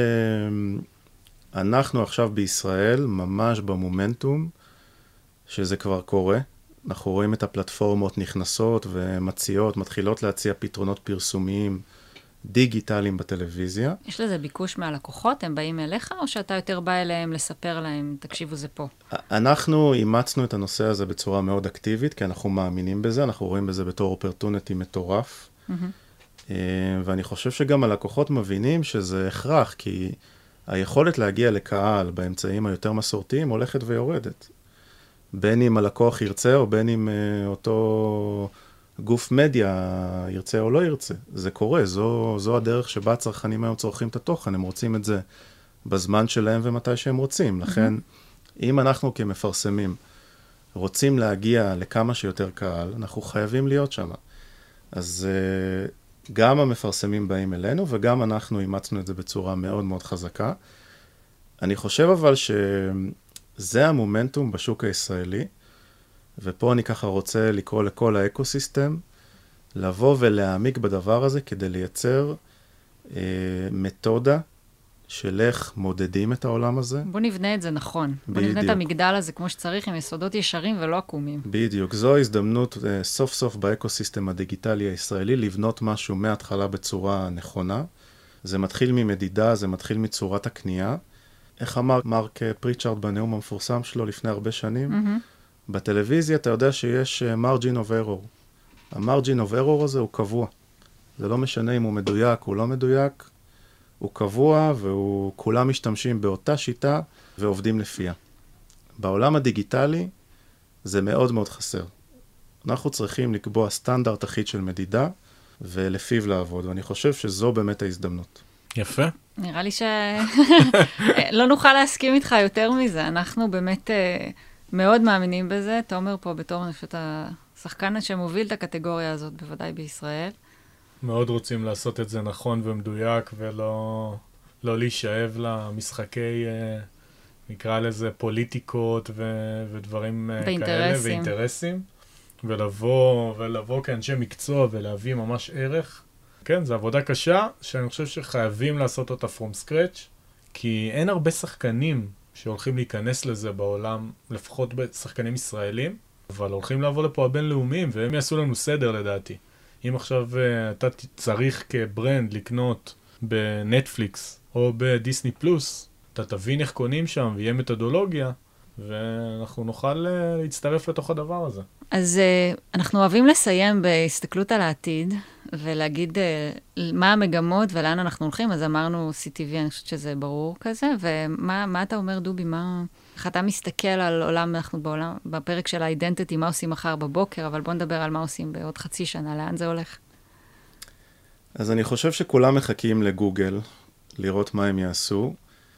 שאנחנו עכשיו בישראל ממש במומנטום שזה כבר קורה. אנחנו רואים את הפלטפורמות נכנסות ומציעות, מתחילות להציע פתרונות פרסומיים דיגיטליים בטלוויזיה. יש לזה ביקוש מהלקוחות? הם באים אליך, או שאתה יותר בא אליהם לספר להם, תקשיבו זה פה? אנחנו אימצנו את הנושא הזה בצורה מאוד אקטיבית, כי אנחנו מאמינים בזה, אנחנו רואים בזה בתור אופרטוניטי מטורף. ואני חושב שגם הלקוחות מבינים שזה הכרח, כי היכולת להגיע לקהל באמצעים היותר מסורתיים הולכת ויורדת. בין אם הלקוח ירצה, או בין אם אותו גוף מדיה ירצה או לא ירצה. זה קורה, זו הדרך שבה הצרכנים היום צורכים את התוכן, הם רוצים את זה בזמן שלהם ומתי שהם רוצים. לכן, אם אנחנו כמפרסמים רוצים להגיע לכמה שיותר קהל, אנחנו חייבים להיות שם. אז גם המפרסמים באים אלינו, וגם אנחנו אימצנו את זה בצורה מאוד מאוד חזקה. אני חושב אבל שזה המומנטום בשוק הישראלי, ופה אני ככה רוצה לקרוא לכל האקוסיסטם, לבוא ולהעמיק בדבר הזה כדי לייצר מתודה של איך מודדים את העולם הזה. בוא נבנה את זה נכון. בוא נבנה את המגדל הזה כמו שצריך, עם יסודות ישרים ולא עקומים. בדיוק. זו הזדמנות סוף סוף באקוסיסטם הדיגיטלי הישראלי, לבנות משהו מההתחלה בצורה נכונה. זה מתחיל ממדידה, זה מתחיל מצורת הקנייה. איך אמר מרק פריצ'ארד בנאום המפורסם שלו לפני הרבה שנים? בטלוויזיה אתה יודע שיש margin of error. ה-margin of error הזה הוא קבוע. זה לא משנה אם הוא מדויק או לא מדויק, הוא קבוע וכולם משתמשים באותה שיטה ועובדים לפיה. בעולם הדיגיטלי זה מאוד מאוד חסר. אנחנו צריכים לקבוע סטנדרט אחיד של מדידה ולפיו לעבוד, ואני חושב שזו באמת ההזדמנות. יפה. נראה לי לא נוכל להסכים איתך יותר מזה. אנחנו באמת מאוד מאמינים בזה. תומר פה בתור, אני חושבת, השחקן שמוביל את הקטגוריה הזאת, בוודאי בישראל. מאוד רוצים לעשות את זה נכון ומדויק, ולא להישאב למשחקי, נקרא לזה פוליטיקות ודברים כאלה, ואינטרסים. ולבוא כאנשי מקצוע ולהביא ממש ערך. כן, זו עבודה קשה, שאני חושב שחייבים לעשות אותה from scratch, כי אין הרבה שחקנים שהולכים להיכנס לזה בעולם, לפחות בשחקנים ישראלים, אבל הולכים לבוא לפה הבינלאומיים, והם יעשו לנו סדר לדעתי. אם עכשיו אתה צריך כברנד לקנות בנטפליקס או בדיסני פלוס, אתה תבין איך קונים שם ויהיה מתודולוגיה, ואנחנו נוכל להצטרף לתוך הדבר הזה. אז אנחנו אוהבים לסיים בהסתכלות על העתיד, ולהגיד מה המגמות ולאן אנחנו הולכים. אז אמרנו CTV, אני חושבת שזה ברור כזה, ומה אתה אומר, דובי? איך אתה מסתכל על עולם, אנחנו בעולם, בפרק של האידנטיטי, מה עושים מחר בבוקר, אבל בוא נדבר על מה עושים בעוד חצי שנה, לאן זה הולך? אז אני חושב שכולם מחכים לגוגל, לראות מה הם יעשו.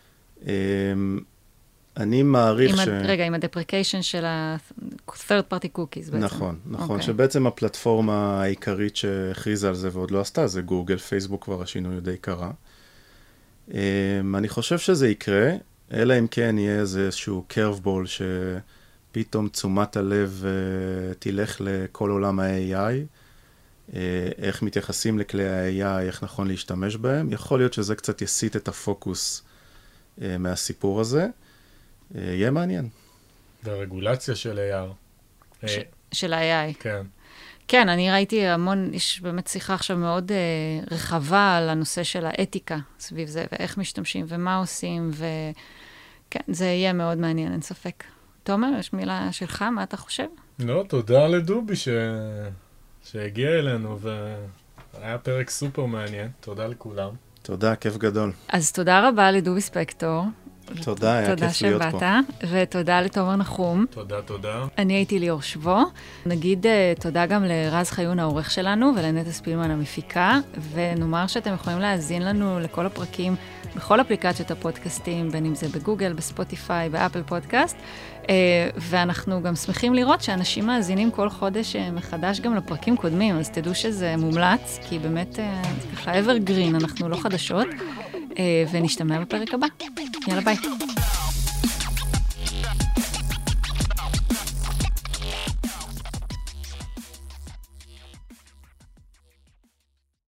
אני מעריך רגע, עם הדפריקיישן של ה-third party cookies בעצם. נכון, שבעצם הפלטפורמה העיקרית שהכריזה על זה ועוד לא עשתה, זה גוגל, פייסבוק כבר השינוי די קרה. אני חושב שזה יקרה, אלא אם כן יהיה איזשהו curveball שפתאום תשומת הלב תלך לכל עולם ה-AI, איך מתייחסים לכלי ה-AI, איך נכון להשתמש בהם. יכול להיות שזה קצת יסיט את הפוקוס מהסיפור הזה. יהיה מעניין. והרגולציה של AR. של ה-AI. כן. כן, אני ראיתי המון, יש באמת שיחה עכשיו מאוד רחבה על הנושא של האתיקה סביב זה, ואיך משתמשים ומה עושים, וכן, זה יהיה מאוד מעניין, אין ספק. תומר, יש מילה שלך, מה אתה חושב? לא, תודה לדובי שהגיע אלינו, והיה פרק סופר מעניין. תודה לכולם. תודה, כיף גדול. אז תודה רבה לדובי ספקטור. תודה, היה כיף להיות פה. תודה שבאת, ותודה לתומר נחום. תודה. אני הייתי ליאור שבו. נגיד תודה גם לרז חיון העורך שלנו, ולנטע ספילמן המפיקה, ונאמר שאתם יכולים להאזין לנו לכל הפרקים בכל אפליקציות הפודקאסטים, בין אם זה בגוגל, בספוטיפיי, באפל פודקאסט, ואנחנו גם שמחים לראות שאנשים מאזינים כל חודש מחדש גם לפרקים קודמים, אז תדעו שזה מומלץ, כי באמת זה ככה evergreen, אנחנו לא חדשות, ונשתמע בפרק הבא. יאללה ביי.